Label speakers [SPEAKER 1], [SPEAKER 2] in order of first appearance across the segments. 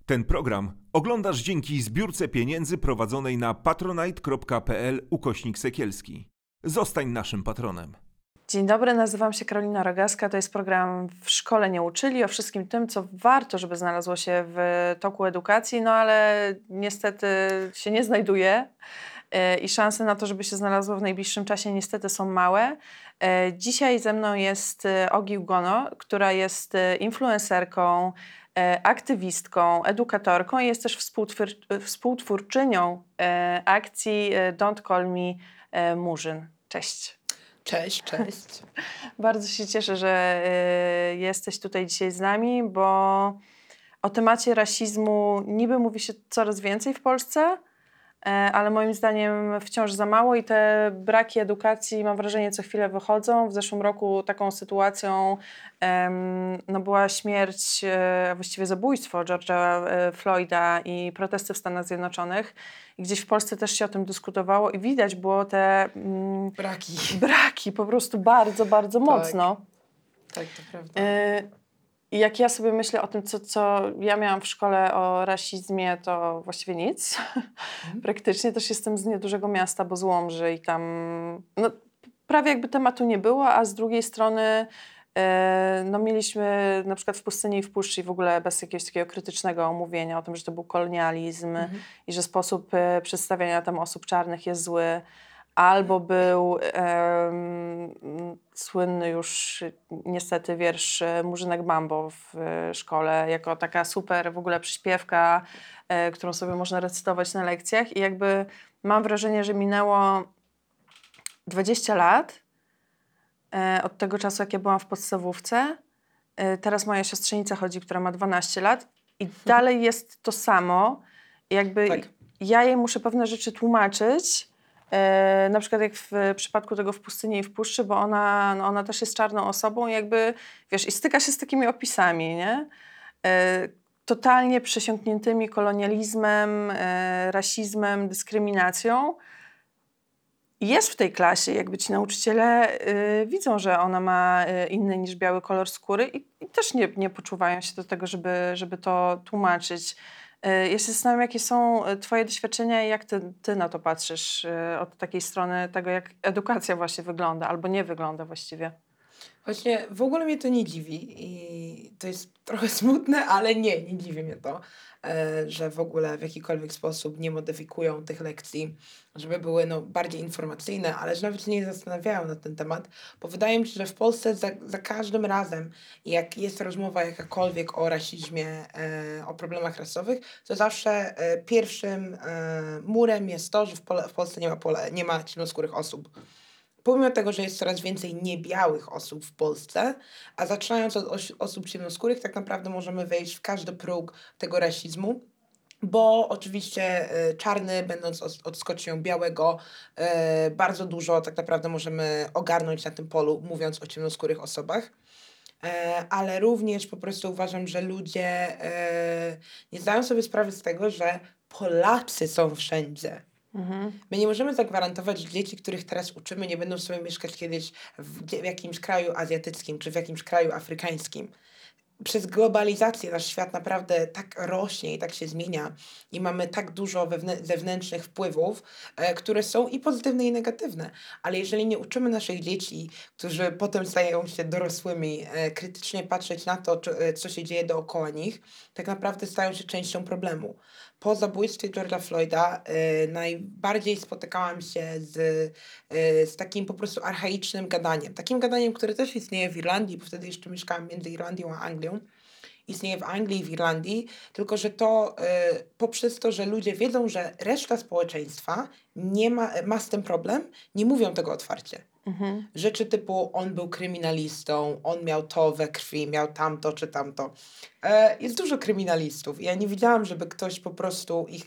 [SPEAKER 1] Ten program oglądasz dzięki zbiórce pieniędzy prowadzonej na patronite.pl/Sekielski. Zostań naszym patronem.
[SPEAKER 2] Dzień dobry, nazywam się Karolina Rogaska. To jest program W Szkole Nie Uczyli, o wszystkim tym, co warto, żeby znalazło się w toku edukacji, no ale niestety się nie znajduje i szanse na to, żeby się znalazło w najbliższym czasie niestety są małe. Dzisiaj ze mną jest Ogi Ugono, która jest influencerką, aktywistką, edukatorką i jest też współtwórczynią akcji Don't Call Me Murzyn. Cześć.
[SPEAKER 3] Cześć, cześć.
[SPEAKER 2] Bardzo się cieszę, że jesteś tutaj dzisiaj z nami, bo o temacie rasizmu niby mówi się coraz więcej w Polsce, ale moim zdaniem wciąż za mało i te braki edukacji, mam wrażenie, co chwilę wychodzą. W zeszłym roku taką sytuacją była śmierć, a właściwie zabójstwo George'a Floyda i protesty w Stanach Zjednoczonych. I gdzieś w Polsce też się o tym dyskutowało i widać było te braki po prostu bardzo, bardzo mocno.
[SPEAKER 3] Tak, to prawda.
[SPEAKER 2] I jak ja sobie myślę o tym, co ja miałam w szkole o rasizmie, to właściwie nic. Praktycznie też jestem z niedużego miasta, bo z Łomży i tam prawie jakby tematu nie było, a z drugiej strony mieliśmy na przykład w Pustyni i w Puszczy w ogóle bez jakiegoś takiego krytycznego omówienia o tym, że to był kolonializm i że sposób przedstawiania tam osób czarnych jest zły. Albo był słynny już niestety wiersz Murzynek Mambo w szkole, jako taka super w ogóle przyśpiewka, którą sobie można recytować na lekcjach. I jakby mam wrażenie, że minęło 20 lat od tego czasu, jak ja byłam w podstawówce. Teraz moja siostrzenica chodzi, która ma 12 lat i dalej jest to samo. Jakby
[SPEAKER 3] Tak.
[SPEAKER 2] ja jej muszę pewne rzeczy tłumaczyć, na przykład jak w przypadku tego w Pustyni i w Puszczy, bo ona też jest czarną osobą i jakby, wiesz, i styka się z takimi opisami, nie? Totalnie przesiąkniętymi kolonializmem, rasizmem, dyskryminacją. I jest w tej klasie, jakby ci nauczyciele widzą, że ona ma inny niż biały kolor skóry i też nie poczuwają się do tego, żeby to tłumaczyć. Ja się zastanawiam, jakie są twoje doświadczenia i jak ty na to patrzysz od takiej strony tego, jak edukacja właśnie wygląda, albo nie wygląda właściwie.
[SPEAKER 3] Właśnie w ogóle mnie to nie dziwi i to jest trochę smutne, ale nie dziwi mnie to, że w ogóle w jakikolwiek sposób nie modyfikują tych lekcji, żeby były bardziej informacyjne, ale że nawet się nie zastanawiają na ten temat, bo wydaje mi się, że w Polsce za każdym razem, jak jest rozmowa jakakolwiek o rasizmie, o problemach rasowych, to zawsze pierwszym murem jest to, że w Polsce nie ma ciemnoskórych osób. Pomimo tego, że jest coraz więcej niebiałych osób w Polsce, a zaczynając od osób ciemnoskórych, tak naprawdę możemy wejść w każdy próg tego rasizmu, bo oczywiście czarny, będąc odskocznią białego, bardzo dużo tak naprawdę możemy ogarnąć na tym polu, mówiąc o ciemnoskórych osobach. Ale również po prostu uważam, że ludzie nie zdają sobie sprawy z tego, że Polacy są wszędzie. My nie możemy zagwarantować, że dzieci, których teraz uczymy, nie będą sobie mieszkać kiedyś w jakimś kraju azjatyckim czy w jakimś kraju afrykańskim. Przez globalizację nasz świat naprawdę tak rośnie i tak się zmienia i mamy tak dużo zewnętrznych wpływów, które są i pozytywne i negatywne. Ale jeżeli nie uczymy naszych dzieci, którzy potem stają się dorosłymi, krytycznie patrzeć na to, co się dzieje dookoła nich, tak naprawdę stają się częścią problemu. Po zabójstwie George'a Floyda najbardziej spotykałam się z takim po prostu archaicznym gadaniem. Takim gadaniem, które też istnieje w Irlandii, bo wtedy jeszcze mieszkałam między Irlandią a Anglią. Istnieje w Anglii i w Irlandii, tylko że to poprzez to, że ludzie wiedzą, że reszta społeczeństwa ma z tym problem, nie mówią tego otwarcie. Rzeczy typu on był kryminalistą, on miał to we krwi, miał tamto czy tamto. Jest dużo kryminalistów. Ja nie widziałam, żeby ktoś po prostu ich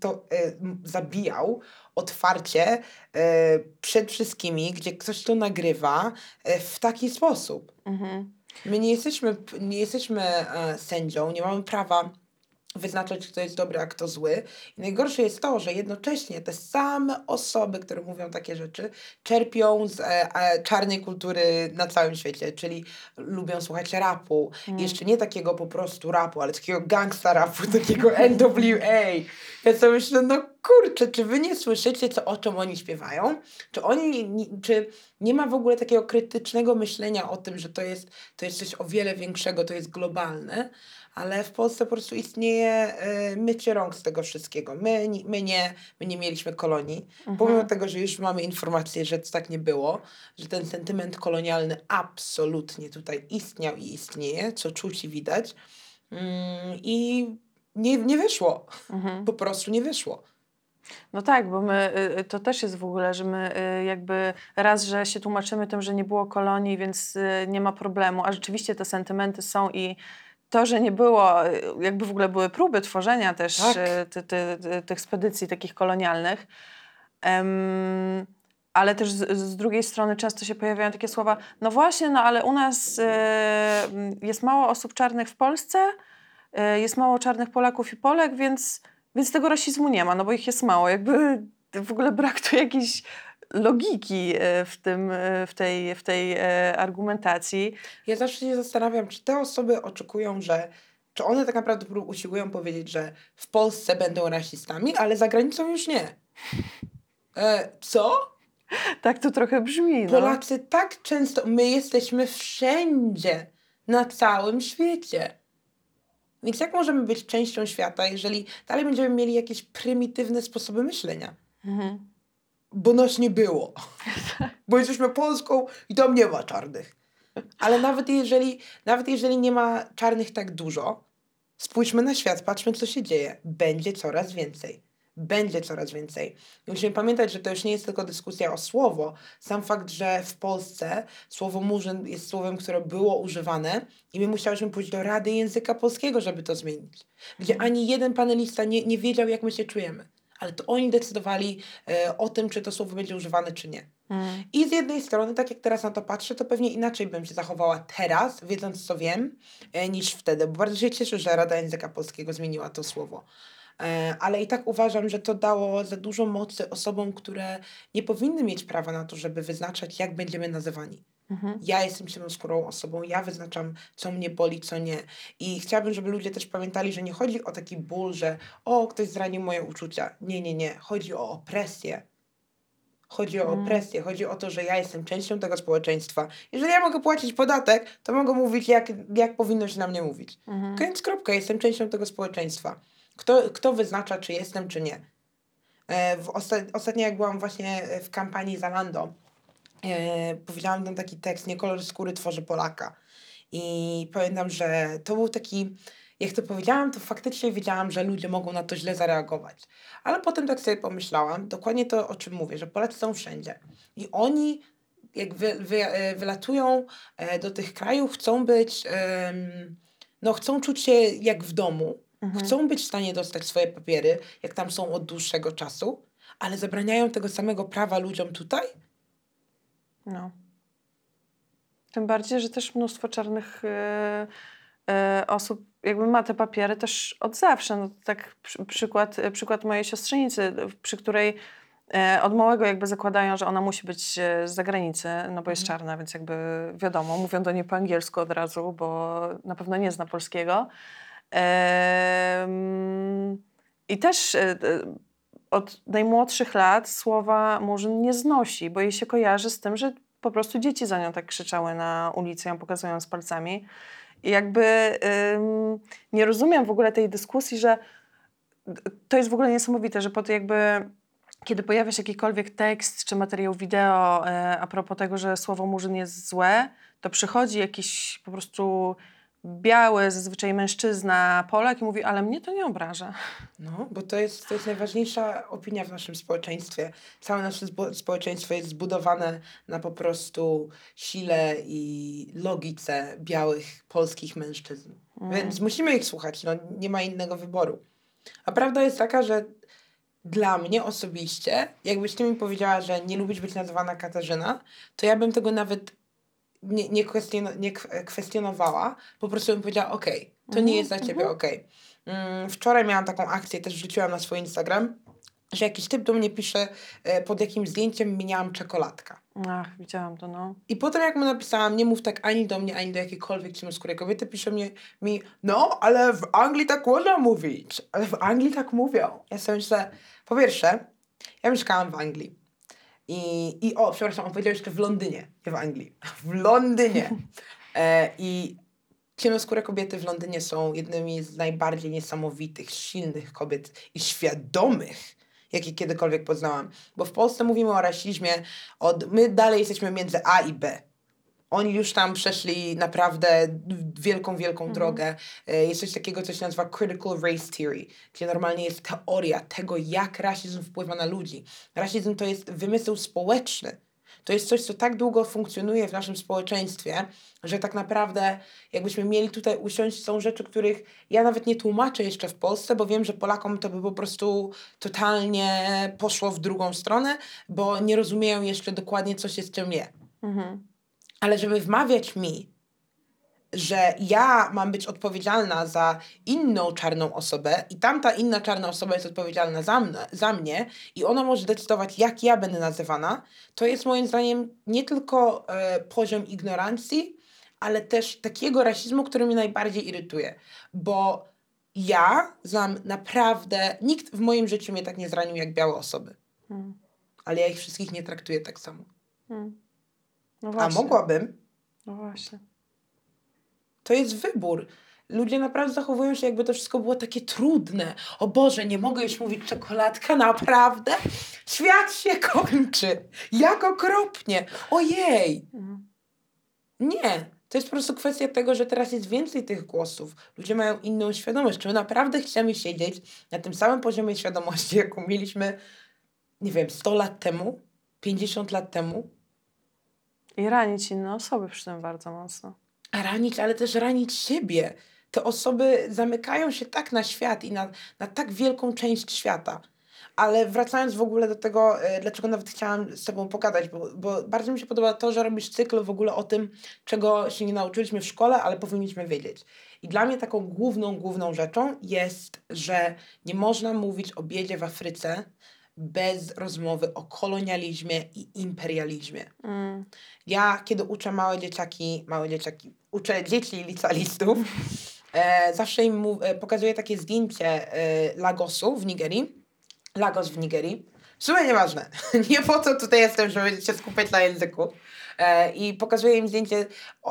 [SPEAKER 3] zabijał otwarcie przed wszystkimi, gdzie ktoś to nagrywa w taki sposób. My nie jesteśmy sędzią, nie mamy prawa wyznaczać, kto jest dobry, a kto zły. I najgorsze jest to, że jednocześnie te same osoby, które mówią takie rzeczy, czerpią z czarnej kultury na całym świecie, czyli lubią słuchać rapu. I jeszcze nie takiego po prostu rapu, ale takiego gangsta rapu, takiego NWA. Ja sobie myślę, no kurczę, czy wy nie słyszycie, o czym oni śpiewają? Czy nie ma w ogóle takiego krytycznego myślenia o tym, że to jest coś o wiele większego, to jest globalne, ale w Polsce po prostu istnieje mycie rąk z tego wszystkiego. My nie mieliśmy kolonii, pomimo tego, że już mamy informację, że to tak nie było, że ten sentyment kolonialny absolutnie tutaj istniał i istnieje, co czuć i widać. I nie wyszło. Po prostu nie wyszło.
[SPEAKER 2] No tak, bo my, to też jest w ogóle, że my jakby raz, że się tłumaczymy tym, że nie było kolonii, więc nie ma problemu, a rzeczywiście te sentymenty są i to, że nie było, jakby w ogóle były próby tworzenia też
[SPEAKER 3] Tak.
[SPEAKER 2] tych spedycji takich kolonialnych, ale też z drugiej strony często się pojawiają takie słowa, no właśnie, no ale u nas jest mało osób czarnych w Polsce, jest mało czarnych Polaków i Polek, więc tego rasizmu nie ma, no bo ich jest mało. Jakby w ogóle brak tu jakiejś logiki w tej argumentacji.
[SPEAKER 3] Ja zawsze się zastanawiam, czy te osoby oczekują, czy one tak naprawdę usiłują powiedzieć, że w Polsce będą rasistami, ale za granicą już nie. Co?
[SPEAKER 2] Tak to trochę brzmi, no.
[SPEAKER 3] Polacy tak często, my jesteśmy wszędzie, na całym świecie. Więc jak możemy być częścią świata, jeżeli dalej będziemy mieli jakieś prymitywne sposoby myślenia? Bo nas nie było. Bo jesteśmy Polską i tam nie ma czarnych. Ale nawet jeżeli nie ma czarnych tak dużo, spójrzmy na świat, patrzmy, co się dzieje. Będzie coraz więcej. Będzie coraz więcej. I musimy pamiętać, że to już nie jest tylko dyskusja o słowo. Sam fakt, że w Polsce słowo murzyn jest słowem, które było używane i my musiałyśmy pójść do Rady Języka Polskiego, żeby to zmienić. Gdzie ani jeden panelista nie wiedział, jak my się czujemy. Ale to oni decydowali o tym, czy to słowo będzie używane, czy nie. I z jednej strony, tak jak teraz na to patrzę, to pewnie inaczej bym się zachowała teraz, wiedząc co wiem, niż wtedy. Bo bardzo się cieszę, że Rada Języka Polskiego zmieniła to słowo. Ale i tak uważam, że to dało za dużo mocy osobom, które nie powinny mieć prawa na to, żeby wyznaczać, jak będziemy nazywani. Ja jestem ciemnoskórą osobą, ja wyznaczam, co mnie boli, co nie. I chciałabym, żeby ludzie też pamiętali, że nie chodzi o taki ból, że ktoś zranił moje uczucia. Nie. Chodzi o opresję. Chodzi o to, że ja jestem częścią tego społeczeństwa. Jeżeli ja mogę płacić podatek, to mogę mówić, jak powinno się na mnie mówić. Koniec, kropka, jestem częścią tego społeczeństwa. Kto wyznacza, czy jestem, czy nie. Ostatnio jak byłam właśnie w kampanii Zalando, powiedziałam tam taki tekst, nie kolor skóry tworzy Polaka. I pamiętam, że to był taki, jak to powiedziałam, to faktycznie wiedziałam, że ludzie mogą na to źle zareagować. Ale potem tak sobie pomyślałam, dokładnie to, o czym mówię, że Polacy są wszędzie. I oni, jak wylatują do tych krajów, chcą być, chcą czuć się jak w domu, chcą być w stanie dostać swoje papiery, jak tam są od dłuższego czasu, ale zabraniają tego samego prawa ludziom tutaj?
[SPEAKER 2] No. Tym bardziej, że też mnóstwo czarnych osób jakby ma te papiery też od zawsze. No, tak przykład mojej siostrzenicy, przy której od małego jakby zakładają, że ona musi być z zagranicy, no bo jest czarna, więc jakby wiadomo, mówią do niej po angielsku od razu, bo na pewno nie zna polskiego. I też od najmłodszych lat słowa murzyn nie znosi, bo jej się kojarzy z tym, że po prostu dzieci za nią tak krzyczały na ulicy, ją pokazując palcami. I jakby nie rozumiem w ogóle tej dyskusji, że to jest w ogóle niesamowite, że kiedy pojawia się jakikolwiek tekst czy materiał wideo a propos tego, że słowo murzyn jest złe, to przychodzi jakiś po prostu biały, zazwyczaj mężczyzna, Polak i mówi, ale mnie to nie obraża.
[SPEAKER 3] No, bo to jest najważniejsza opinia w naszym społeczeństwie. Całe nasze społeczeństwo jest zbudowane na po prostu sile i logice białych, polskich mężczyzn. Więc musimy ich słuchać, nie ma innego wyboru. A prawda jest taka, że dla mnie osobiście, jakbyś ty mi powiedziała, że nie lubisz być nazywana Katarzyna, to ja bym tego nawet nie kwestionowała. Po prostu bym powiedziała, okej, to nie jest dla ciebie okej. Wczoraj miałam taką akcję, też wrzuciłam na swój Instagram, że jakiś typ do mnie pisze, pod jakim zdjęciem miałam czekoladka.
[SPEAKER 2] Ach, widziałam to, no.
[SPEAKER 3] I potem jak mu napisałam, nie mów tak ani do mnie, ani do jakiejkolwiek ciemnoskórej kobiety, pisze mi, no, ale w Anglii tak można mówić. Ale w Anglii tak mówią. Ja sobie myślę, po pierwsze, ja mieszkałam w Anglii. Przepraszam, on powiedział jeszcze w Londynie, nie w Anglii. W Londynie. I ciemnoskóre kobiety w Londynie są jednymi z najbardziej niesamowitych, silnych kobiet i świadomych, jakie kiedykolwiek poznałam. Bo w Polsce mówimy o rasizmie, my dalej jesteśmy między A i B. Oni już tam przeszli naprawdę wielką drogę. Jest coś takiego, co się nazywa Critical Race Theory, gdzie normalnie jest teoria tego, jak rasizm wpływa na ludzi. Rasizm to jest wymysł społeczny. To jest coś, co tak długo funkcjonuje w naszym społeczeństwie, że tak naprawdę jakbyśmy mieli tutaj usiąść, są rzeczy, których ja nawet nie tłumaczę jeszcze w Polsce, bo wiem, że Polakom to by po prostu totalnie poszło w drugą stronę, bo nie rozumieją jeszcze dokładnie, co się z czym je. Ale żeby wmawiać mi, że ja mam być odpowiedzialna za inną czarną osobę i tamta inna czarna osoba jest odpowiedzialna za mnie i ona może decydować, jak ja będę nazywana, to jest moim zdaniem nie tylko poziom ignorancji, ale też takiego rasizmu, który mnie najbardziej irytuje. Bo ja znam naprawdę, nikt w moim życiu mnie tak nie zranił jak białe osoby. Ale ja ich wszystkich nie traktuję tak samo.
[SPEAKER 2] No
[SPEAKER 3] A
[SPEAKER 2] właśnie.
[SPEAKER 3] mogłabym.
[SPEAKER 2] No właśnie.
[SPEAKER 3] To jest wybór. Ludzie naprawdę zachowują się, jakby to wszystko było takie trudne. O Boże, nie mogę już mówić czekoladka, naprawdę? Świat się kończy. Jak okropnie. Ojej. Nie. To jest po prostu kwestia tego, że teraz jest więcej tych głosów. Ludzie mają inną świadomość. Czy my naprawdę chcemy siedzieć na tym samym poziomie świadomości, jaką mieliśmy, nie wiem, 100 lat temu, 50 lat temu?
[SPEAKER 2] I ranić inne osoby przy tym bardzo mocno.
[SPEAKER 3] A ranić, ale też ranić siebie. Te osoby zamykają się tak na świat i na tak wielką część świata. Ale wracając w ogóle do tego, dlaczego nawet chciałam z tobą pogadać, bo bardzo mi się podoba to, że robisz cykl w ogóle o tym, czego się nie nauczyliśmy w szkole, ale powinniśmy wiedzieć. I dla mnie taką główną rzeczą jest, że nie można mówić o biedzie w Afryce bez rozmowy o kolonializmie i imperializmie. Ja, kiedy uczę małe dzieciaki, uczę dzieci licealistów, zawsze im pokazuję takie zdjęcie Lagosu w Nigerii. Lagos w Nigerii. W sumie nieważne. Nie po to tutaj jestem, żeby się skupiać na języku. I pokazuję im zdjęcie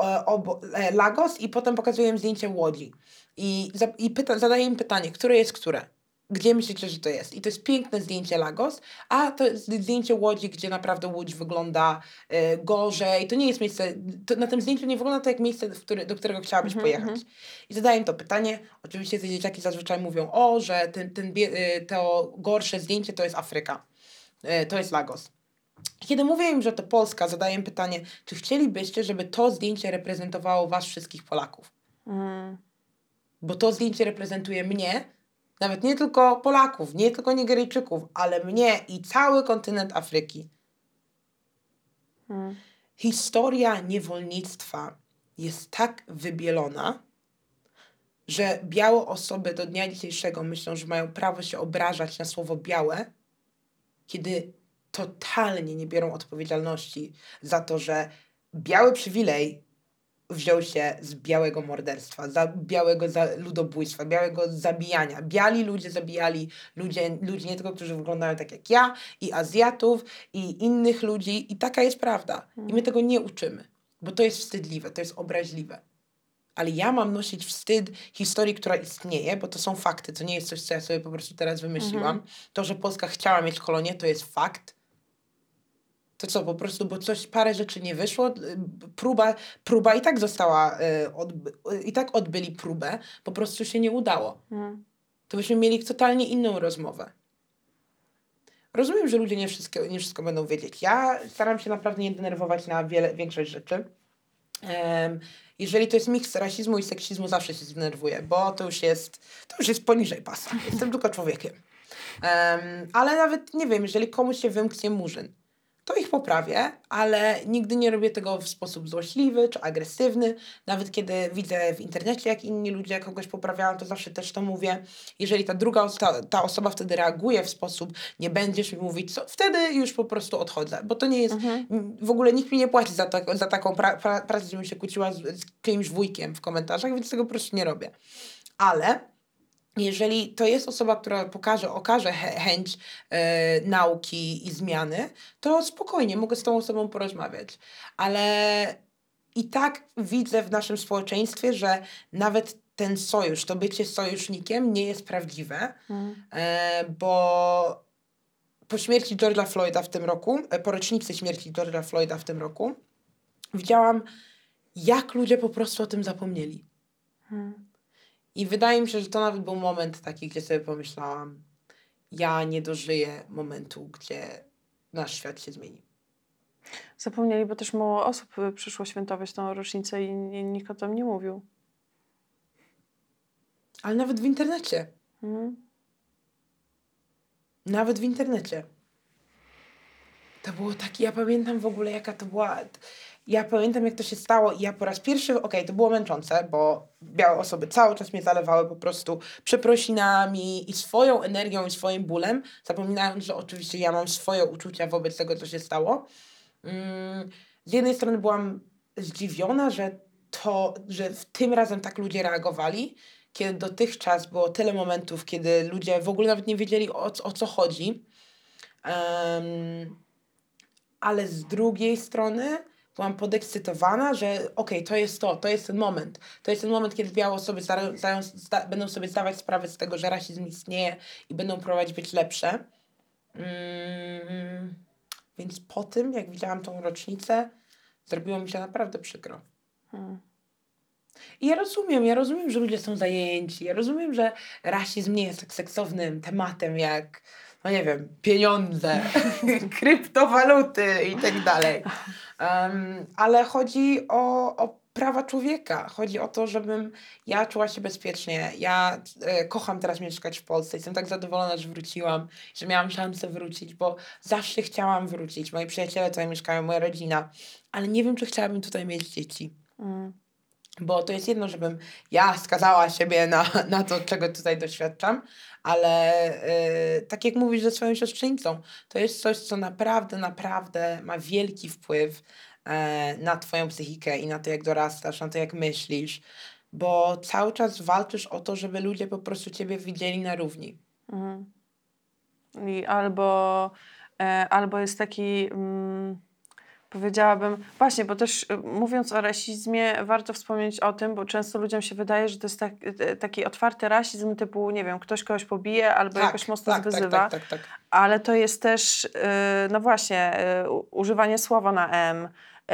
[SPEAKER 3] Lagos i potem pokazuję im zdjęcie Łodzi. Zadaję im pytanie, które jest które? Gdzie myślicie, że to jest? I to jest piękne zdjęcie Lagos, a to jest zdjęcie Łodzi, gdzie naprawdę Łódź wygląda gorzej. To nie jest miejsce, na tym zdjęciu nie wygląda to jak miejsce, do którego chciałabyś pojechać. I zadaję im to pytanie. Oczywiście te dzieciaki zazwyczaj mówią, że to gorsze zdjęcie to jest Afryka. To jest Lagos. Kiedy mówię im, że to Polska, zadaję im pytanie, czy chcielibyście, żeby to zdjęcie reprezentowało was wszystkich Polaków? Bo to zdjęcie reprezentuje mnie, nawet nie tylko Polaków, nie tylko Nigeryjczyków, ale mnie i cały kontynent Afryki. Historia niewolnictwa jest tak wybielona, że białe osoby do dnia dzisiejszego myślą, że mają prawo się obrażać na słowo białe, kiedy totalnie nie biorą odpowiedzialności za to, że biały przywilej wziął się z białego morderstwa, białego ludobójstwa, białego zabijania. Biali ludzie zabijali ludzi nie tylko, którzy wyglądają tak jak ja, i Azjatów, i innych ludzi. I taka jest prawda. I my tego nie uczymy, bo to jest wstydliwe, to jest obraźliwe. Ale ja mam nosić wstyd historii, która istnieje, bo to są fakty, to nie jest coś, co ja sobie po prostu teraz wymyśliłam. To, że Polska chciała mieć kolonię, to jest fakt. To co, po prostu, bo parę rzeczy nie wyszło, próba i tak została, i tak odbyli próbę, po prostu się nie udało. To byśmy mieli totalnie inną rozmowę. Rozumiem, że ludzie nie wszystko będą wiedzieć. Ja staram się naprawdę nie denerwować na większość rzeczy. Jeżeli to jest miks rasizmu i seksizmu, zawsze się zdenerwuję, bo to już jest poniżej pasa. Jestem tylko człowiekiem. Ale nawet, nie wiem, jeżeli komuś się wymknie murzyn, to ich poprawię, ale nigdy nie robię tego w sposób złośliwy czy agresywny. Nawet kiedy widzę w internecie, jak inni ludzie kogoś poprawiają, to zawsze też to mówię. Jeżeli ta osoba wtedy reaguje w sposób, nie będziesz mi mówić, co, wtedy już po prostu odchodzę. Bo to nie jest, w ogóle nikt mi nie płaci za taką pracę, żebym się kłóciła z kimś wujkiem w komentarzach, więc tego po prostu nie robię. Ale jeżeli to jest osoba, która okaże chęć nauki i zmiany, to spokojnie mogę z tą osobą porozmawiać. Ale i tak widzę w naszym społeczeństwie, że nawet ten sojusz, to bycie sojusznikiem nie jest prawdziwe, bo po śmierci George'a Floyda w tym roku, po rocznicy śmierci George'a Floyda w tym roku, widziałam, jak ludzie po prostu o tym zapomnieli. I wydaje mi się, że to nawet był moment taki, gdzie sobie pomyślałam, ja nie dożyję momentu, gdzie nasz świat się zmieni.
[SPEAKER 2] Zapomnieli, bo też mało osób przyszło świętować tą rocznicę i nikt o tym nie mówił.
[SPEAKER 3] Ale nawet w internecie. Nawet w internecie. To było takie, ja pamiętam w ogóle, jaka to była... Ja pamiętam, jak to się stało i ja po raz pierwszy, to było męczące, bo białe osoby cały czas mnie zalewały po prostu przeprosinami i swoją energią i swoim bólem, zapominając, że oczywiście ja mam swoje uczucia wobec tego, co się stało. Z jednej strony byłam zdziwiona, że tym razem tak ludzie reagowali, kiedy dotychczas było tyle momentów, kiedy ludzie w ogóle nawet nie wiedzieli, o co chodzi. Ale z drugiej strony byłam podekscytowana, że to jest ten moment. To jest ten moment, kiedy białe osoby będą sobie zdawać sprawę z tego, że rasizm istnieje i będą próbować być lepsze. Więc po tym, jak widziałam tą rocznicę, zrobiło mi się naprawdę przykro. I ja rozumiem, że ludzie są zajęci. Ja rozumiem, że rasizm nie jest tak seksownym tematem jak, no nie wiem, pieniądze, kryptowaluty i tak dalej. Ale chodzi o prawa człowieka. Chodzi o to, żebym ja czuła się bezpiecznie. Ja kocham teraz mieszkać w Polsce. Jestem tak zadowolona, że wróciłam, że miałam szansę wrócić, bo zawsze chciałam wrócić. Moi przyjaciele tutaj mieszkają, moja rodzina. Ale nie wiem, czy chciałabym tutaj mieć dzieci. Bo to jest jedno, żebym ja skazała siebie na to, czego tutaj doświadczam, ale tak jak mówisz ze swoją siostrzenicą, to jest coś, co naprawdę, naprawdę ma wielki wpływ na twoją psychikę i na to, jak dorastasz, na to, jak myślisz, bo cały czas walczysz o to, żeby ludzie po prostu ciebie widzieli na równi.
[SPEAKER 2] I albo jest taki... powiedziałabym, właśnie, bo też mówiąc o rasizmie, warto wspomnieć o tym, bo często ludziom się wydaje, że to jest taki otwarty rasizm typu, nie wiem, ktoś kogoś pobije albo jakoś mocno zwyzywa,
[SPEAKER 3] Tak.
[SPEAKER 2] ale to jest też, no właśnie, używanie słowa na M,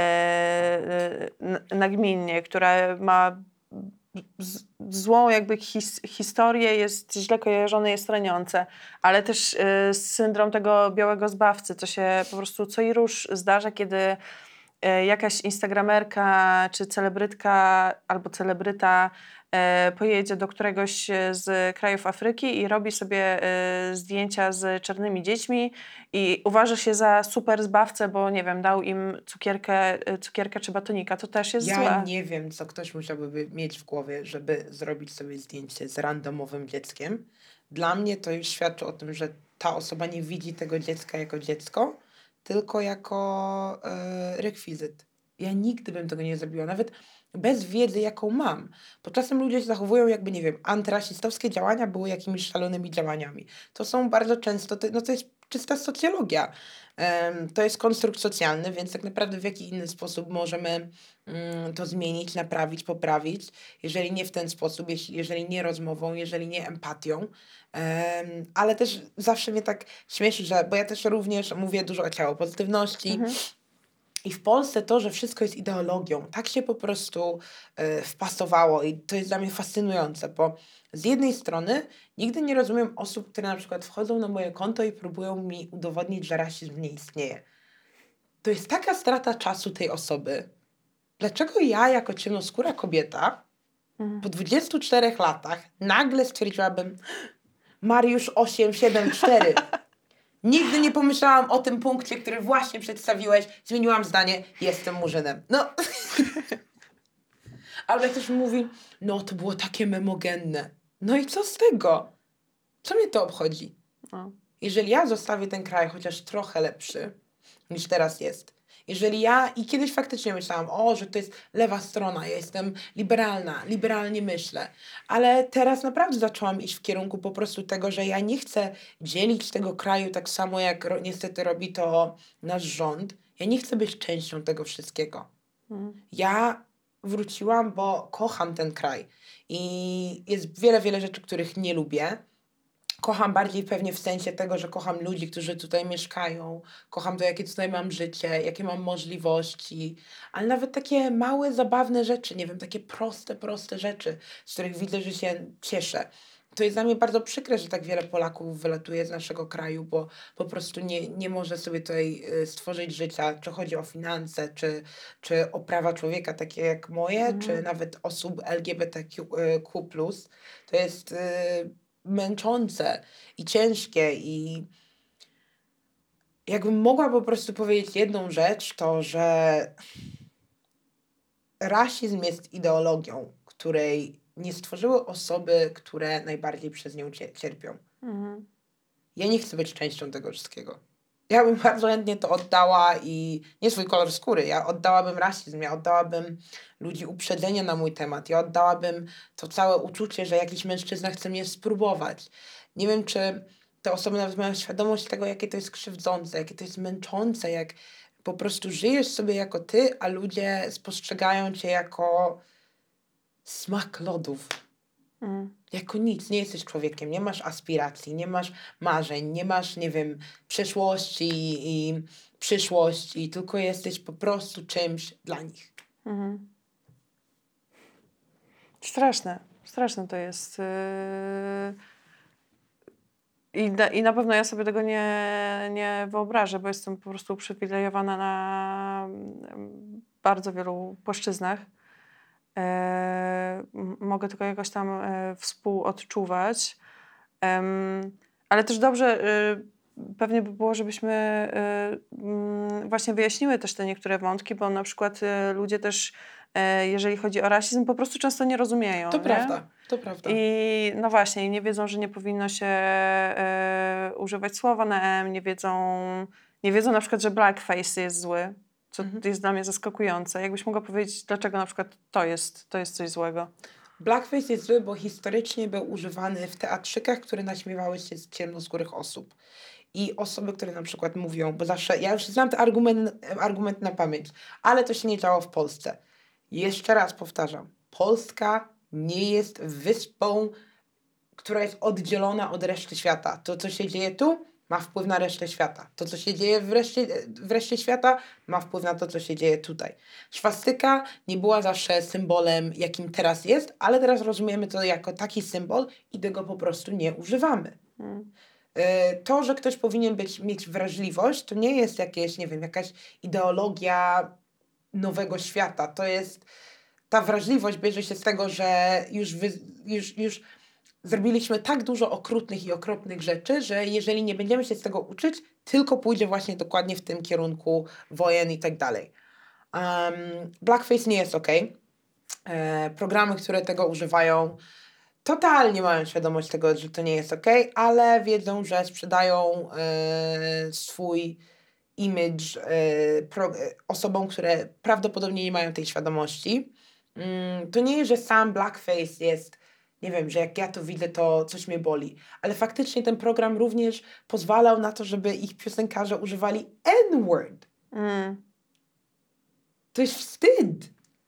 [SPEAKER 2] nagminnie, które ma złą jakby historię, jest źle kojarzone, jest raniące, ale też syndrom tego białego zbawcy, co się po prostu co i róż zdarza, kiedy jakaś instagramerka czy celebrytka albo celebryta pojedzie do któregoś z krajów Afryki i robi sobie zdjęcia z czarnymi dziećmi i uważa się za super zbawcę, bo nie wiem, dał im cukierkę czy batonika. To też jest złe.
[SPEAKER 3] Ja nie wiem, co ktoś musiałby mieć w głowie, żeby zrobić sobie zdjęcie z randomowym dzieckiem. Dla mnie to już świadczy o tym, że ta osoba nie widzi tego dziecka jako dziecko, tylko jako rekwizyt. Ja nigdy bym tego nie zrobiła, nawet bez wiedzy, jaką mam. Bo czasem ludzie się zachowują jakby, nie wiem, antyrasistowskie działania były jakimiś szalonymi działaniami. To są bardzo często, to jest czysta socjologia. To jest konstrukt socjalny, więc tak naprawdę w jaki inny sposób możemy to zmienić, naprawić, poprawić, jeżeli nie w ten sposób, jeżeli nie rozmową, jeżeli nie empatią. Ale też zawsze mnie tak śmieszy, bo ja też również mówię dużo o ciałopozytywności. I w Polsce to, że wszystko jest ideologią, tak się po prostu wpasowało i to jest dla mnie fascynujące, bo z jednej strony nigdy nie rozumiem osób, które na przykład wchodzą na moje konto i próbują mi udowodnić, że rasizm nie istnieje. To jest taka strata czasu tej osoby. Dlaczego ja jako ciemnoskóra kobieta po 24 latach nagle stwierdziłabym Mariusz 874. Nigdy nie pomyślałam o tym punkcie, który właśnie przedstawiłeś. Zmieniłam zdanie. Jestem murzynem. No. Ale ktoś mówi, no to było takie memogenne. No i co z tego? Co mnie to obchodzi?
[SPEAKER 2] No.
[SPEAKER 3] Jeżeli ja zostawię ten kraj chociaż trochę lepszy niż teraz jest, jeżeli ja, i kiedyś faktycznie myślałam, że to jest lewa strona, ja jestem liberalna, liberalnie myślę, ale teraz naprawdę zaczęłam iść w kierunku po prostu tego, że ja nie chcę dzielić tego kraju tak samo, jak niestety robi to nasz rząd. Ja nie chcę być częścią tego wszystkiego. Ja wróciłam, bo kocham ten kraj i jest wiele rzeczy, których nie lubię. Kocham bardziej pewnie w sensie tego, że kocham ludzi, którzy tutaj mieszkają. Kocham to, jakie tutaj mam życie, jakie mam możliwości. Ale nawet takie małe, zabawne rzeczy, nie wiem, takie proste rzeczy, z których widzę, że się cieszę. To jest dla mnie bardzo przykre, że tak wiele Polaków wylatuje z naszego kraju, bo po prostu nie może sobie tutaj stworzyć życia, czy chodzi o finanse, czy o prawa człowieka, takie jak moje, czy nawet osób LGBTQ+. To jest męczące i ciężkie i jakbym mogła po prostu powiedzieć jedną rzecz, to że rasizm jest ideologią, której nie stworzyły osoby, które najbardziej przez nią cierpią. Ja nie chcę być częścią tego wszystkiego. Ja bym bardzo chętnie to oddała i nie swój kolor skóry, ja oddałabym rasizm, ja oddałabym ludzi uprzedzenia na mój temat, ja oddałabym to całe uczucie, że jakiś mężczyzna chce mnie spróbować. Nie wiem, czy te osoby nawet mają świadomość tego, jakie to jest krzywdzące, jakie to jest męczące, jak po prostu żyjesz sobie jako ty, a ludzie spostrzegają cię jako smak lodów. Jako nic, nie jesteś człowiekiem, nie masz aspiracji, nie masz marzeń, nie masz, nie wiem, przeszłości i przyszłości, tylko jesteś po prostu czymś dla nich.
[SPEAKER 2] Straszne to jest. I na pewno ja sobie tego nie wyobrażę, bo jestem po prostu uprzywilejowana na bardzo wielu płaszczyznach. Mogę tylko jakoś tam współodczuwać. Ale też dobrze pewnie by było, żebyśmy właśnie wyjaśniły też te niektóre wątki, bo na przykład ludzie też, jeżeli chodzi o rasizm, po prostu często nie rozumieją.
[SPEAKER 3] To
[SPEAKER 2] nie?
[SPEAKER 3] prawda, to prawda.
[SPEAKER 2] I no właśnie, nie wiedzą, że nie powinno się używać słowa na M, nie wiedzą na przykład, że blackface jest zły, co jest dla mnie zaskakujące. Jakbyś mogła powiedzieć, dlaczego na przykład to jest coś złego?
[SPEAKER 3] Blackface jest zły, bo historycznie był używany w teatrzykach, które naśmiewały się z ciemnoskórych osób. I osoby, które na przykład mówią, bo zawsze, ja już znam ten argument na pamięć, ale to się nie działo w Polsce. Jeszcze raz powtarzam, Polska nie jest wyspą, która jest oddzielona od reszty świata. To, co się dzieje tu, ma wpływ na resztę świata. To, co się dzieje w reszcie świata, ma wpływ na to, co się dzieje tutaj. Szwastyka nie była zawsze symbolem, jakim teraz jest, ale teraz rozumiemy to jako taki symbol i tego po prostu nie używamy. To, że ktoś powinien mieć wrażliwość, to nie jest jakieś, nie wiem, jakaś ideologia nowego świata. To jest, ta wrażliwość bierze się z tego, że już zrobiliśmy tak dużo okrutnych i okropnych rzeczy, że jeżeli nie będziemy się z tego uczyć, tylko pójdzie właśnie dokładnie w tym kierunku wojen i tak dalej. Blackface nie jest okej. Programy, które tego używają, totalnie mają świadomość tego, że to nie jest okej, ale wiedzą, że sprzedają swój image osobom, które prawdopodobnie nie mają tej świadomości. To nie jest, że sam blackface jest, nie wiem, że jak ja to widzę, to coś mnie boli. Ale faktycznie ten program również pozwalał na to, żeby ich piosenkarze używali N-word. To jest wstyd.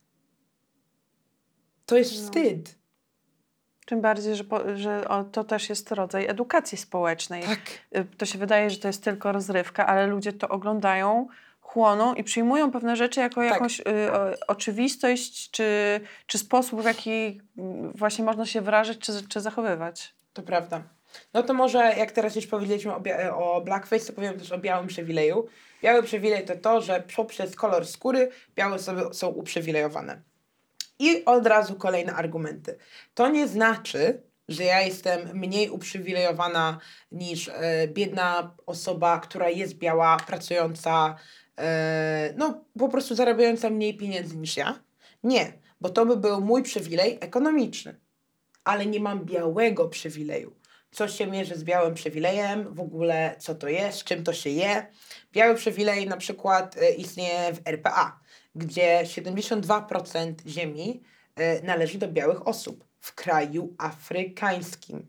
[SPEAKER 3] To jest wstyd.
[SPEAKER 2] Tym bardziej, że to też jest rodzaj edukacji społecznej.
[SPEAKER 3] Tak.
[SPEAKER 2] To się wydaje, że to jest tylko rozrywka, ale ludzie to oglądają, chłoną i przyjmują pewne rzeczy jako jakąś oczywistość, czy sposób, w jaki właśnie można się wyrażać, czy zachowywać.
[SPEAKER 3] To prawda. No to może, jak teraz już powiedzieliśmy o blackface, to powiem też o białym przywileju. Biały przywilej to, że poprzez kolor skóry białe osoby są uprzywilejowane. I od razu kolejne argumenty. To nie znaczy, że ja jestem mniej uprzywilejowana niż biedna osoba, która jest biała, pracująca, no po prostu zarabiająca mniej pieniędzy niż ja. Nie, bo to by był mój przywilej ekonomiczny, ale nie mam białego przywileju. Co się mierzy z białym przywilejem, w ogóle co to jest, czym to się je. Biały przywilej na przykład istnieje w RPA, gdzie 72% ziemi należy do białych osób w kraju afrykańskim.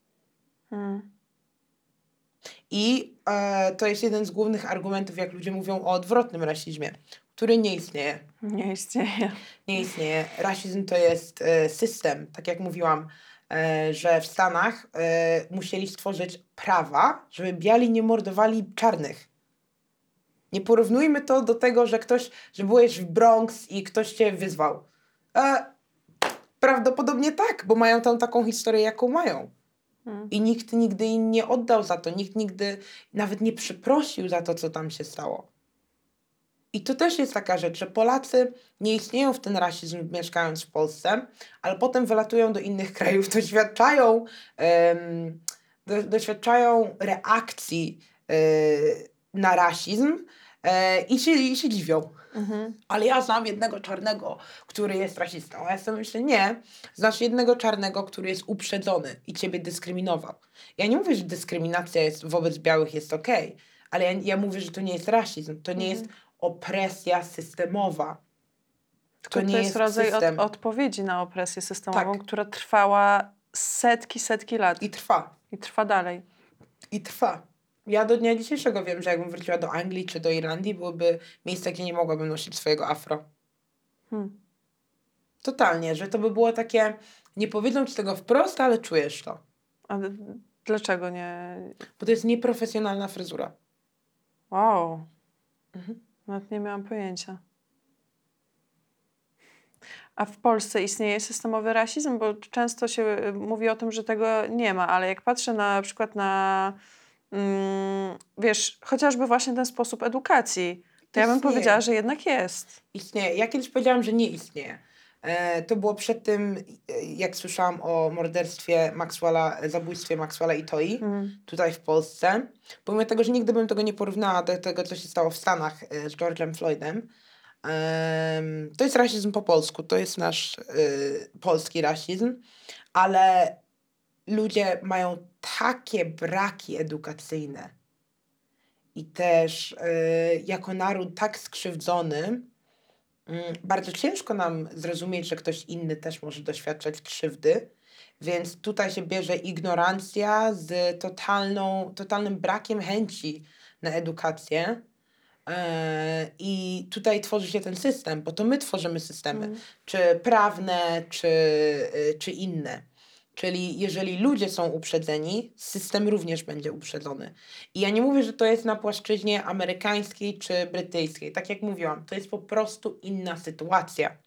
[SPEAKER 3] I to jest jeden z głównych argumentów, jak ludzie mówią o odwrotnym rasizmie, który nie istnieje.
[SPEAKER 2] Nie istnieje.
[SPEAKER 3] Nie istnieje. Rasizm to jest system, tak jak mówiłam, że w Stanach musieli stworzyć prawa, żeby biali nie mordowali czarnych. Nie porównujmy to do tego, że byłeś w Bronx i ktoś cię wyzwał. Prawdopodobnie tak, bo mają tam taką historię, jaką mają. I nikt nigdy im nie oddał za to. Nikt nigdy nawet nie przeprosił za to, co tam się stało. I to też jest taka rzecz, że Polacy nie istnieją w ten rasizm mieszkając w Polsce, ale potem wylatują do innych krajów, doświadczają reakcji na rasizm i się dziwią. Ale ja znam jednego czarnego, który jest rasistą. A ja sobie myślę, nie. Znasz jednego czarnego, który jest uprzedzony i ciebie dyskryminował. Ja nie mówię, że dyskryminacja wobec białych jest okej, ale ja mówię, że to nie jest rasizm. To nie jest opresja systemowa.
[SPEAKER 2] To
[SPEAKER 3] nie
[SPEAKER 2] jest rodzaj
[SPEAKER 3] system.
[SPEAKER 2] odpowiedzi na opresję systemową,
[SPEAKER 3] Tak.
[SPEAKER 2] która trwała setki lat.
[SPEAKER 3] I trwa.
[SPEAKER 2] I trwa dalej.
[SPEAKER 3] I trwa. Ja do dnia dzisiejszego wiem, że jakbym wróciła do Anglii czy do Irlandii, byłyby miejsca, gdzie nie mogłabym nosić swojego afro. Totalnie, że to by było takie, nie powiedzą ci tego wprost, ale czujesz to.
[SPEAKER 2] A dlaczego nie?
[SPEAKER 3] Bo to jest nieprofesjonalna fryzura.
[SPEAKER 2] Wow. Nawet nie miałam pojęcia. A w Polsce istnieje systemowy rasizm? Bo często się mówi o tym, że tego nie ma, ale jak patrzę na przykład na, wiesz, chociażby właśnie ten sposób edukacji, to ja bym
[SPEAKER 3] Istnieje.
[SPEAKER 2] powiedziała, że jednak jest.
[SPEAKER 3] Istnieje. Ja kiedyś powiedziałam, że nie istnieje. To było przed tym, jak słyszałam o zabójstwie Maxwella i Toi tutaj w Polsce. Pomimo tego, że nigdy bym tego nie porównała do tego, co się stało w Stanach z George'em Floydem. To jest rasizm po polsku, to jest nasz polski rasizm, ale ludzie mają takie braki edukacyjne i też jako naród tak skrzywdzony, bardzo ciężko nam zrozumieć, że ktoś inny też może doświadczać krzywdy, więc tutaj się bierze ignorancja z totalnym brakiem chęci na edukację. I tutaj tworzy się ten system, bo to my tworzymy systemy, czy prawne, czy inne. Czyli jeżeli ludzie są uprzedzeni, system również będzie uprzedzony. I ja nie mówię, że to jest na płaszczyźnie amerykańskiej czy brytyjskiej. Tak jak mówiłam, to jest po prostu inna sytuacja.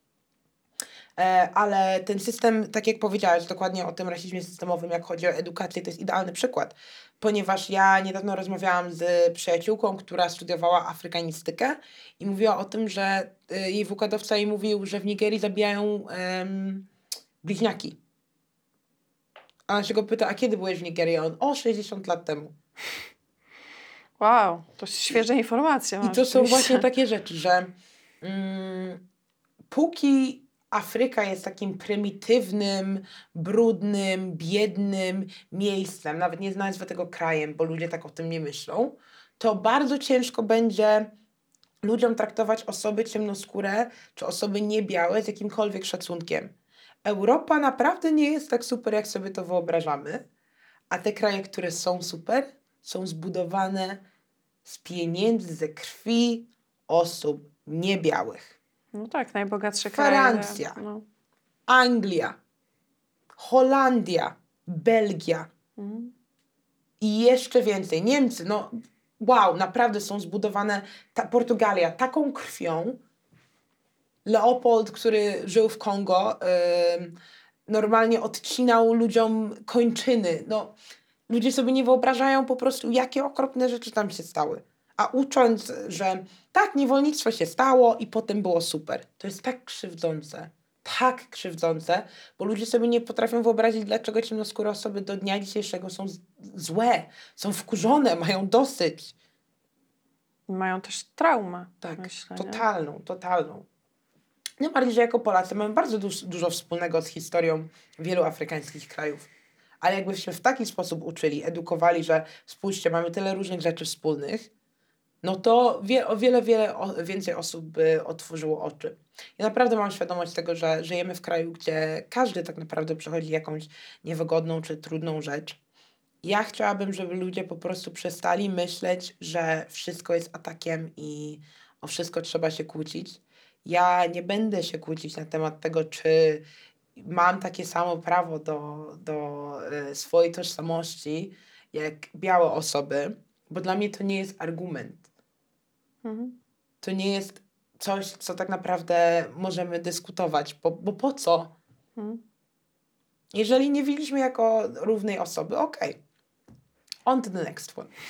[SPEAKER 3] Ale ten system, tak jak powiedziałaś dokładnie o tym rasizmie systemowym, jak chodzi o edukację, to jest idealny przykład. Ponieważ ja niedawno rozmawiałam z przyjaciółką, która studiowała afrykanistykę i mówiła o tym, że jej wykładowca jej mówił, że w Nigerii zabijają bliźniaki. A ona się go pyta, a kiedy byłeś w Nigerii? A on, 60 lat temu.
[SPEAKER 2] Wow, to świeże informacje.
[SPEAKER 3] I to są właśnie takie rzeczy, że póki Afryka jest takim prymitywnym, brudnym, biednym miejscem, nawet nie nazwę tego krajem, bo ludzie tak o tym nie myślą, to bardzo ciężko będzie ludziom traktować osoby ciemnoskóre czy osoby niebiałe z jakimkolwiek szacunkiem. Europa naprawdę nie jest tak super, jak sobie to wyobrażamy, a te kraje, które są super, są zbudowane z pieniędzy, ze krwi osób niebiałych.
[SPEAKER 2] No tak, najbogatsze kraje.
[SPEAKER 3] Francja, Anglia, Holandia, Belgia i jeszcze więcej. Niemcy, wow, naprawdę są zbudowane, Portugalia taką krwią. Leopold, który żył w Kongo, normalnie odcinał ludziom kończyny. Ludzie sobie nie wyobrażają po prostu, jakie okropne rzeczy tam się stały. A ucząc, że tak, niewolnictwo się stało i potem było super. To jest tak krzywdzące. tak krzywdzące, bo ludzie sobie nie potrafią wyobrazić, dlaczego ciemnoskóre osoby do dnia dzisiejszego są złe, są wkurzone, mają dosyć.
[SPEAKER 2] Mają też traumę,
[SPEAKER 3] Tak,
[SPEAKER 2] myślę, nie?
[SPEAKER 3] totalną. Tym bardziej, że jako Polacy mamy bardzo dużo wspólnego z historią wielu afrykańskich krajów. Ale jakbyśmy w taki sposób uczyli, edukowali, że spójrzcie, mamy tyle różnych rzeczy wspólnych, no to o wiele więcej osób by otworzyło oczy. Ja naprawdę mam świadomość tego, że żyjemy w kraju, gdzie każdy tak naprawdę przechodzi jakąś niewygodną czy trudną rzecz. Ja chciałabym, żeby ludzie po prostu przestali myśleć, że wszystko jest atakiem i o wszystko trzeba się kłócić. Ja nie będę się kłócić na temat tego, czy mam takie samo prawo do swojej tożsamości jak białe osoby, bo dla mnie to nie jest argument.
[SPEAKER 2] Mhm.
[SPEAKER 3] To nie jest coś, co tak naprawdę możemy dyskutować, bo po co?
[SPEAKER 2] Mhm.
[SPEAKER 3] Jeżeli nie widzieliśmy jako równej osoby, okej. On to the next one.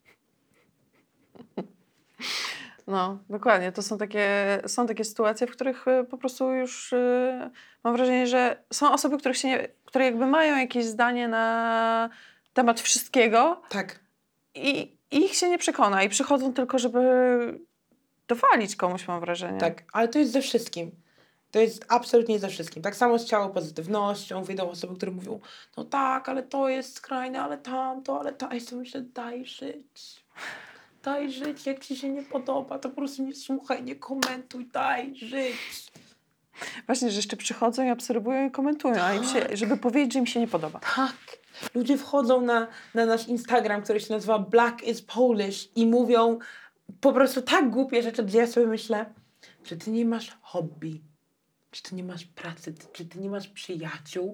[SPEAKER 2] No, dokładnie. To są takie sytuacje, w których po prostu już mam wrażenie, że są osoby, które jakby mają jakieś zdanie na temat wszystkiego
[SPEAKER 3] Tak.
[SPEAKER 2] i ich się nie przekona i przychodzą tylko, żeby dowalić komuś, mam wrażenie.
[SPEAKER 3] Tak, ale to jest ze wszystkim. To jest absolutnie ze wszystkim. Tak samo z ciałopozytywnością. Wiedzą osoby, które mówią, no tak, ale to jest skrajne, ale tamto, ale ta. Ja sobie myślę, daj żyć. Daj żyć, jak ci się nie podoba, to po prostu nie słuchaj, nie komentuj, daj żyć.
[SPEAKER 2] Właśnie, że jeszcze przychodzą i obserwują i komentują, a im się, żeby powiedzieć, że im się nie podoba.
[SPEAKER 3] Tak. Ludzie wchodzą na nasz Instagram, który się nazywa Black is Polish i mówią po prostu tak głupie rzeczy, gdzie ja sobie myślę, czy ty nie masz hobby, czy ty nie masz pracy, czy ty nie masz przyjaciół.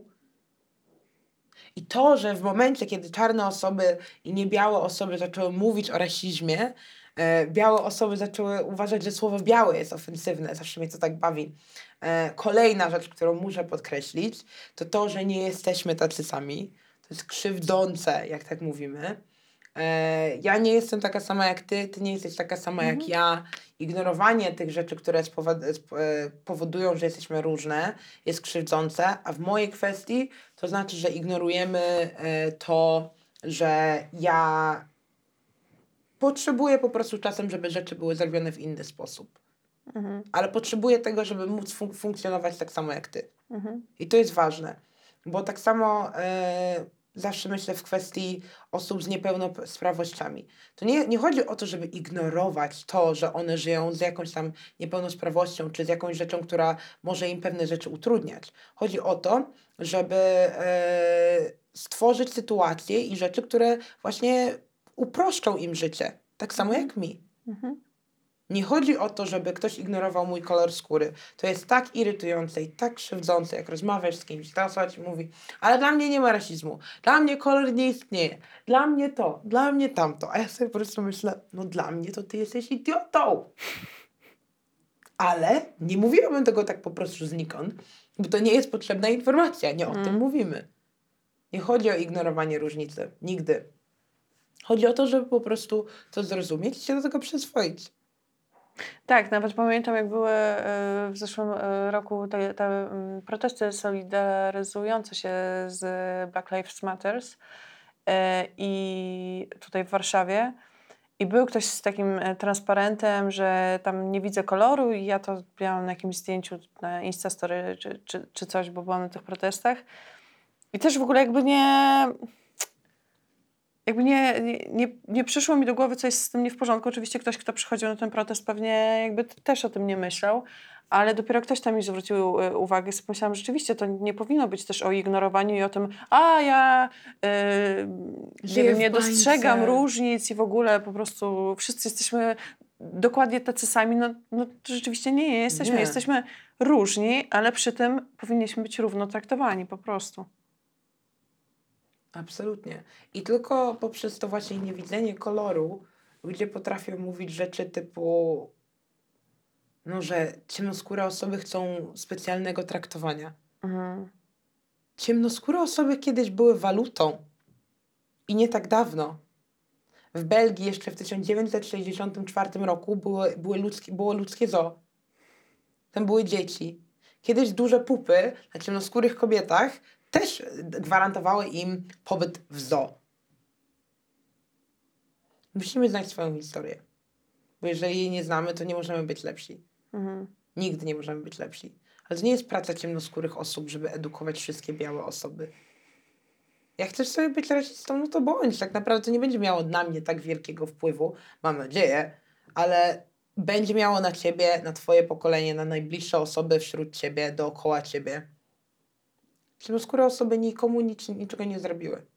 [SPEAKER 3] I to, że w momencie, kiedy czarne osoby i niebiałe osoby zaczęły mówić o rasizmie, białe osoby zaczęły uważać, że słowo białe jest ofensywne. Zawsze mnie to tak bawi. Kolejna rzecz, którą muszę podkreślić, to, że nie jesteśmy tacy sami. To jest krzywdzące, jak tak mówimy. Ja nie jestem taka sama jak ty, ty nie jesteś taka sama jak ja. Ignorowanie tych rzeczy, które powodują, że jesteśmy różne, jest krzywdzące, a w mojej kwestii to znaczy, że ignorujemy to, że ja potrzebuję po prostu czasem, żeby rzeczy były zrobione w inny sposób.
[SPEAKER 2] Mhm.
[SPEAKER 3] Ale potrzebuję tego, żeby móc funkcjonować tak samo jak ty.
[SPEAKER 2] Mhm.
[SPEAKER 3] I to jest ważne, bo tak samo zawsze myślę w kwestii osób z niepełnosprawnościami. To nie chodzi o to, żeby ignorować to, że one żyją z jakąś tam niepełnosprawnością, czy z jakąś rzeczą, która może im pewne rzeczy utrudniać. Chodzi o to, żeby stworzyć sytuacje i rzeczy, które właśnie uproszczą im życie. Tak samo jak mi.
[SPEAKER 2] Mhm.
[SPEAKER 3] Nie chodzi o to, żeby ktoś ignorował mój kolor skóry. To jest tak irytujące i tak krzywdzące, jak rozmawiasz z kimś. Ta osoba ci mówi, ale dla mnie nie ma rasizmu. Dla mnie kolor nie istnieje. Dla mnie to, dla mnie tamto. A ja sobie po prostu myślę, no dla mnie to ty jesteś idiotą. Ale nie mówiłabym tego tak po prostu znikąd, bo to nie jest potrzebna informacja. Nie o tym mówimy. Nie chodzi o ignorowanie różnicy. Nigdy. Chodzi o to, żeby po prostu to zrozumieć i się do tego przyswoić.
[SPEAKER 2] Tak, nawet pamiętam, jak były w zeszłym roku te protesty solidaryzujące się z Black Lives Matters i tutaj w Warszawie. I był ktoś z takim transparentem, że tam nie widzę koloru i ja to miałam na jakimś zdjęciu na Instastory czy coś, bo byłam na tych protestach. I też w ogóle nie przyszło mi do głowy, co jest z tym nie w porządku. Oczywiście ktoś, kto przychodził na ten protest, pewnie jakby też o tym nie myślał, ale dopiero ktoś tam mi zwrócił uwagę. Pomyślałam, że rzeczywiście to nie powinno być też o ignorowaniu i o tym, nie dostrzegam różnic i w ogóle po prostu wszyscy jesteśmy dokładnie tacy sami. No to rzeczywiście nie jesteśmy.
[SPEAKER 3] Nie.
[SPEAKER 2] Jesteśmy różni, ale przy tym powinniśmy być równo traktowani po prostu.
[SPEAKER 3] Absolutnie. I tylko poprzez to właśnie niewidzenie koloru ludzie potrafią mówić rzeczy typu, no, że ciemnoskóre osoby chcą specjalnego traktowania.
[SPEAKER 2] Mhm.
[SPEAKER 3] Ciemnoskóre osoby kiedyś były walutą. I nie tak dawno. W Belgii jeszcze w 1964 roku było ludzkie zoo. Tam były dzieci. Kiedyś duże pupy na ciemnoskórych kobietach też gwarantowały im pobyt w zoo. Musimy znać swoją historię. Bo jeżeli jej nie znamy, to nie możemy być lepsi. Nigdy nie możemy być lepsi. Ale to nie jest praca ciemnoskórych osób, żeby edukować wszystkie białe osoby. Jak chcesz sobie być rasistą, no to bądź. Tak naprawdę to nie będzie miało na mnie tak wielkiego wpływu, mam nadzieję, ale będzie miało na ciebie, na twoje pokolenie, na najbliższe osoby wśród ciebie, dookoła ciebie. Ciemnoskóre osoby nikomu niczego nie zrobiły.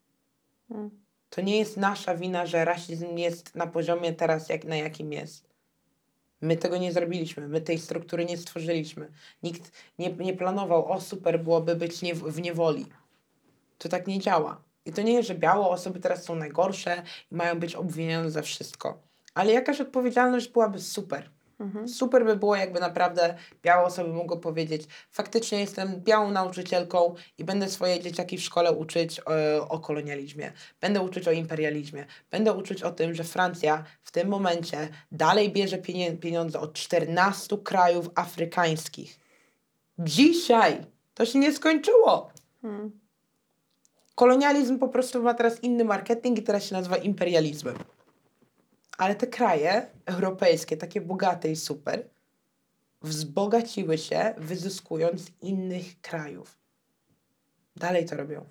[SPEAKER 3] To nie jest nasza wina, że rasizm jest na poziomie teraz, na jakim jest. My tego nie zrobiliśmy. My tej struktury nie stworzyliśmy. Nikt nie planował, o super byłoby być w niewoli. To tak nie działa. I to nie jest, że białe osoby teraz są najgorsze i mają być obwinione za wszystko. Ale jakaś odpowiedzialność byłaby super. Super by było, jakby naprawdę białe osoby mogły powiedzieć, faktycznie jestem białą nauczycielką i będę swoje dzieciaki w szkole uczyć o kolonializmie. Będę uczyć o imperializmie. Będę uczyć o tym, że Francja w tym momencie dalej bierze pieniądze od 14 krajów afrykańskich. Dzisiaj! To się nie skończyło! Kolonializm po prostu ma teraz inny marketing i teraz się nazywa imperializmem. Ale te kraje europejskie, takie bogate i super, wzbogaciły się, wyzyskując z innych krajów. Dalej to robią.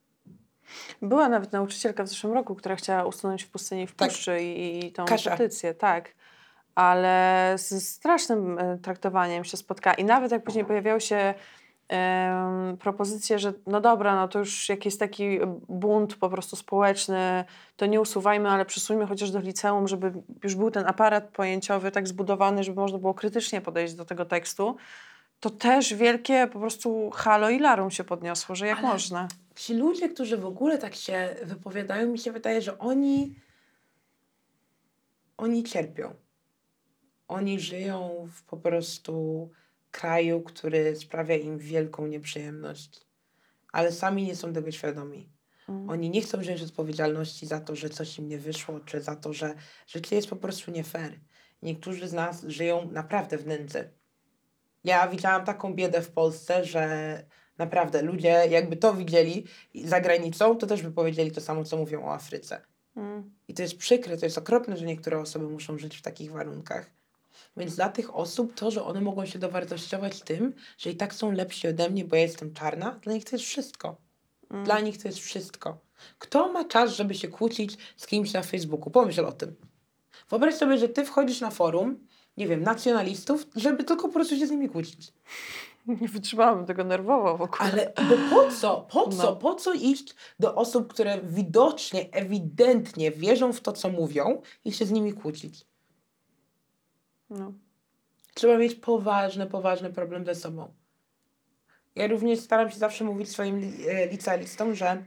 [SPEAKER 2] Była nawet nauczycielka w zeszłym roku, która chciała usunąć w pustyni w
[SPEAKER 3] Tak.
[SPEAKER 2] puszczy i tą
[SPEAKER 3] Kasia.
[SPEAKER 2] petycję, tak. Ale z strasznym traktowaniem się spotkała. I nawet jak później pojawiały się propozycje, że no dobra, no to już jak jest taki bunt po prostu społeczny, to nie usuwajmy, ale przesuńmy chociaż do liceum, żeby już był ten aparat pojęciowy tak zbudowany, żeby można było krytycznie podejść do tego tekstu, to też wielkie po prostu halo i larum się podniosło, że jak
[SPEAKER 3] Ale
[SPEAKER 2] można.
[SPEAKER 3] Ci ludzie, którzy w ogóle tak się wypowiadają, mi się wydaje, że oni cierpią. Oni żyją w po prostu kraju, który sprawia im wielką nieprzyjemność. Ale sami nie są tego świadomi. Oni nie chcą wziąć odpowiedzialności za to, że coś im nie wyszło, czy za to, że życie jest po prostu nie fair. Niektórzy z nas żyją naprawdę w nędzy. Ja widziałam taką biedę w Polsce, że naprawdę ludzie jakby to widzieli za granicą, to też by powiedzieli to samo, co mówią o Afryce. I to jest przykre, to jest okropne, że niektóre osoby muszą żyć w takich warunkach. Więc dla tych osób to, że one mogą się dowartościować tym, że i tak są lepsi ode mnie, bo ja jestem czarna, dla nich to jest wszystko. Dla nich to jest wszystko. Kto ma czas, żeby się kłócić z kimś na Facebooku? Pomyśl o tym. Wyobraź sobie, że ty wchodzisz na forum, nie wiem, nacjonalistów, żeby tylko po prostu się z nimi kłócić.
[SPEAKER 2] Nie wytrzymałam tego nerwowo w ogóle.
[SPEAKER 3] Ale bo po co iść do osób, które widocznie, ewidentnie wierzą w to, co mówią i się z nimi kłócić?
[SPEAKER 2] No.
[SPEAKER 3] Trzeba mieć poważny problem ze sobą. Ja również staram się zawsze mówić swoim licealistom, że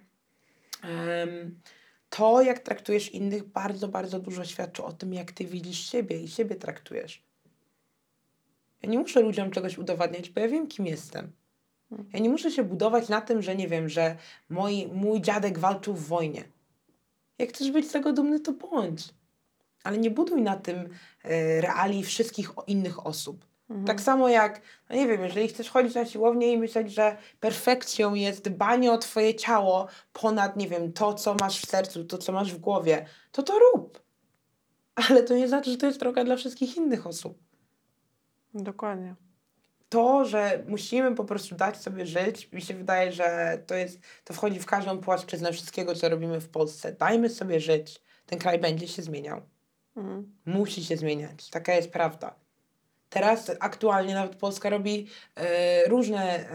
[SPEAKER 3] to, jak traktujesz innych, bardzo dużo świadczy o tym, jak ty widzisz siebie i siebie traktujesz. Ja nie muszę ludziom czegoś udowadniać, bo ja wiem, kim jestem. Ja nie muszę się budować na tym, że nie wiem, że mój dziadek walczył w wojnie. Jak chcesz być z tego dumny, to bądź. Ale nie buduj na tym realii wszystkich innych osób. Tak samo jak, no nie wiem, jeżeli chcesz chodzić na siłownię i myśleć, że perfekcją jest dbanie o twoje ciało ponad, nie wiem, to, co masz w sercu, to, co masz w głowie, to rób. Ale to nie znaczy, że to jest droga dla wszystkich innych osób.
[SPEAKER 2] Dokładnie.
[SPEAKER 3] To, że musimy po prostu dać sobie żyć, mi się wydaje, że to wchodzi w każdą płaszczyznę wszystkiego, co robimy w Polsce. Dajmy sobie żyć. Ten kraj będzie się zmieniał. Musi się zmieniać. Taka jest prawda. Teraz aktualnie nawet Polska robi różne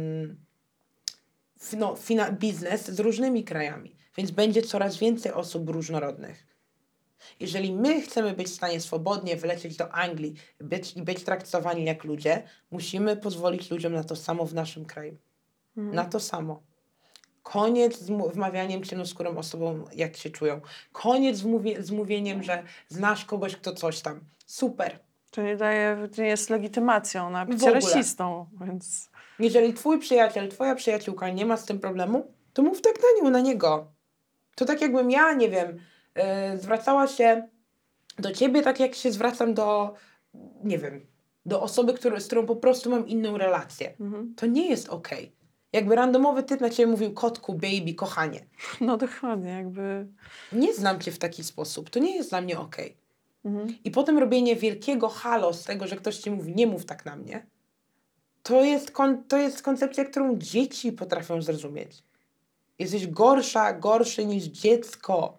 [SPEAKER 3] biznes z różnymi krajami, więc będzie coraz więcej osób różnorodnych. Jeżeli my chcemy być w stanie swobodnie wlecieć do Anglii i być traktowani jak ludzie, musimy pozwolić ludziom na to samo w naszym kraju. Na to samo. Koniec z wmawianiem ciemnoskórym osobom, jak się czują. Koniec z mówieniem, że znasz kogoś, kto coś tam. Super.
[SPEAKER 2] To nie jest legitymacją na
[SPEAKER 3] W
[SPEAKER 2] bycie
[SPEAKER 3] ogóle.
[SPEAKER 2] rasistą, więc...
[SPEAKER 3] Jeżeli twój przyjaciel, twoja przyjaciółka nie ma z tym problemu, to mów tak na niego. To tak jakbym ja, nie wiem, zwracała się do ciebie tak jak się zwracam do, nie wiem, do osoby, z którą po prostu mam inną relację. To nie jest okej. Jakby randomowy typ na ciebie mówił kotku, baby, kochanie.
[SPEAKER 2] No dokładnie, jakby...
[SPEAKER 3] Nie znam cię w taki sposób. To nie jest dla mnie okej. I potem robienie wielkiego halo z tego, że ktoś ci mówi, nie mów tak na mnie, to jest koncepcja, którą dzieci potrafią zrozumieć. Jesteś gorszy niż dziecko.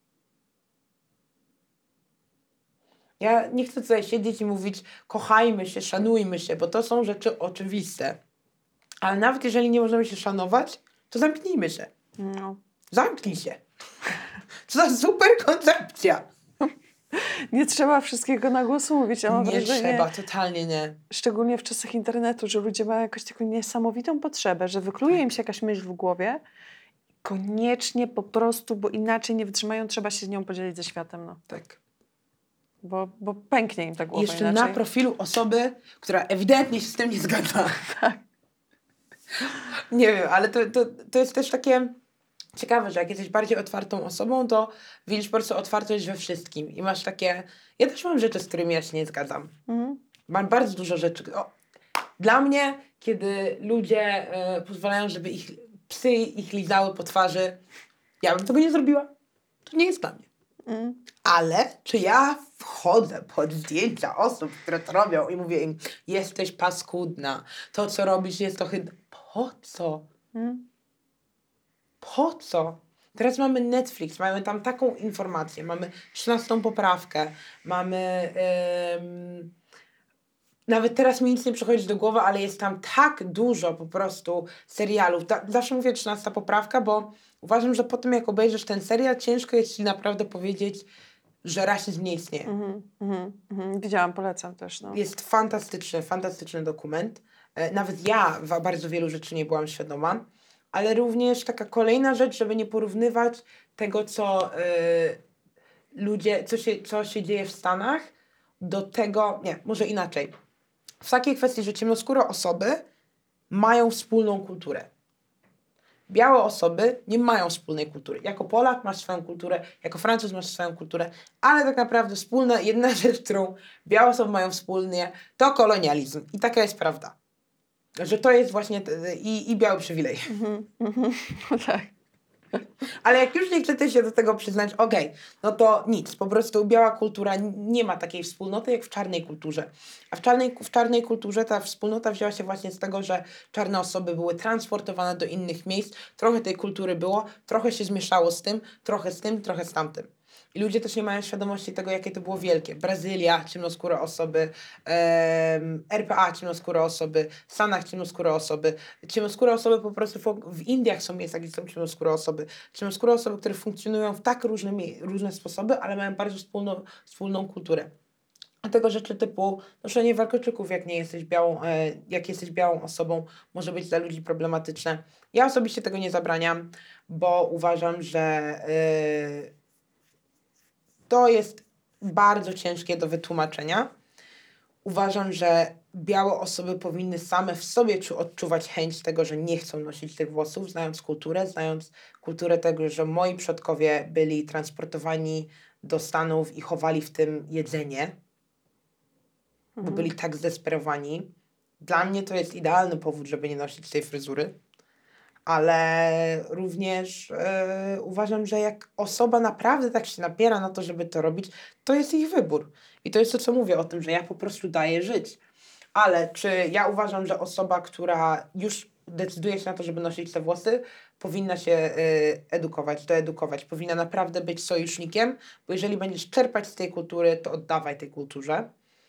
[SPEAKER 3] Ja nie chcę tutaj siedzieć i mówić, kochajmy się, szanujmy się, bo to są rzeczy oczywiste. Ale nawet jeżeli nie możemy się szanować, to zamknijmy się.
[SPEAKER 2] No.
[SPEAKER 3] Zamknij się. Co za super koncepcja.
[SPEAKER 2] Nie trzeba wszystkiego na głos mówić. Ja mam
[SPEAKER 3] Nie
[SPEAKER 2] wrażenie,
[SPEAKER 3] trzeba, totalnie nie.
[SPEAKER 2] szczególnie w czasach internetu, że ludzie mają jakąś taką niesamowitą potrzebę, że wykluje im się jakaś myśl w głowie, koniecznie po prostu, bo inaczej nie wytrzymają, trzeba się z nią podzielić ze światem, no.
[SPEAKER 3] Tak.
[SPEAKER 2] Bo pęknie im ta
[SPEAKER 3] I
[SPEAKER 2] głowa
[SPEAKER 3] jeszcze
[SPEAKER 2] inaczej.
[SPEAKER 3] na profilu osoby, która ewidentnie się z tym nie zgadza.
[SPEAKER 2] Tak.
[SPEAKER 3] Nie wiem, ale to jest też takie ciekawe, że jak jesteś bardziej otwartą osobą, to widzisz po prostu otwartość we wszystkim. I masz takie... Ja też mam rzeczy, z którymi ja się nie zgadzam. Mam bardzo dużo rzeczy. Dla mnie, kiedy ludzie pozwalają, żeby psy ich lizały po twarzy, ja bym tego nie zrobiła. To nie jest dla mnie. Ale czy ja wchodzę pod zdjęcia osób, które to robią i mówię im, jesteś paskudna, to co robisz jest trochę... Po co? Po co? Teraz mamy Netflix, mamy tam taką informację, mamy 13 poprawkę, mamy... Nawet teraz mi nic nie przychodzi do głowy, ale jest tam tak dużo po prostu serialów. Zawsze mówię 13 poprawka, bo uważam, że po tym jak obejrzysz ten serial, ciężko jest ci naprawdę powiedzieć, że rasizm nie istnieje.
[SPEAKER 2] Widziałam, polecam też. No.
[SPEAKER 3] Jest fantastyczny dokument. Nawet ja bardzo wielu rzeczy nie byłam świadoma, ale również taka kolejna rzecz, żeby nie porównywać tego, co co się dzieje w Stanach, do tego, nie, może inaczej. W takiej kwestii, że ciemnoskóre osoby mają wspólną kulturę. Białe osoby nie mają wspólnej kultury. Jako Polak masz swoją kulturę, jako Francuz masz swoją kulturę, ale tak naprawdę jedna rzecz, którą białe osoby mają wspólnie, to kolonializm. I taka jest prawda. Że to jest właśnie i biały przywilej.
[SPEAKER 2] Tak.
[SPEAKER 3] Ale jak już nie chcecie się do tego przyznać, no to nic. Po prostu biała kultura nie ma takiej wspólnoty jak w czarnej kulturze. A w czarnej kulturze ta wspólnota wzięła się właśnie z tego, że czarne osoby były transportowane do innych miejsc. Trochę tej kultury było, trochę się zmieszało z tym, trochę z tamtym. I ludzie też nie mają świadomości tego, jakie to było wielkie. Brazylia, ciemnoskóre osoby, RPA, ciemnoskóre osoby, w Stanach ciemnoskóre osoby. Ciemnoskóre osoby po prostu w Indiach są miejsca, gdzie są ciemnoskóre osoby. Ciemnoskóre osoby, które funkcjonują w tak różne sposoby, ale mają bardzo wspólną kulturę. Dlatego rzeczy typu noszenie warkoczyków, jak jesteś białą osobą, może być dla ludzi problematyczne. Ja osobiście tego nie zabraniam, bo uważam, że to jest bardzo ciężkie do wytłumaczenia. Uważam, że białe osoby powinny same w sobie odczuwać chęć tego, że nie chcą nosić tych włosów, znając kulturę tego, że moi przodkowie byli transportowani do Stanów i chowali w tym jedzenie, bo byli tak zdesperowani. Dla mnie to jest idealny powód, żeby nie nosić tej fryzury. Ale również uważam, że jak osoba naprawdę tak się napiera na to, żeby to robić, to jest ich wybór. I to jest to, co mówię o tym, że ja po prostu daję żyć. Ale czy ja uważam, że osoba, która już decyduje się na to, żeby nosić te włosy, powinna się doedukować, powinna naprawdę być sojusznikiem, bo jeżeli będziesz czerpać z tej kultury, to oddawaj tej kulturze.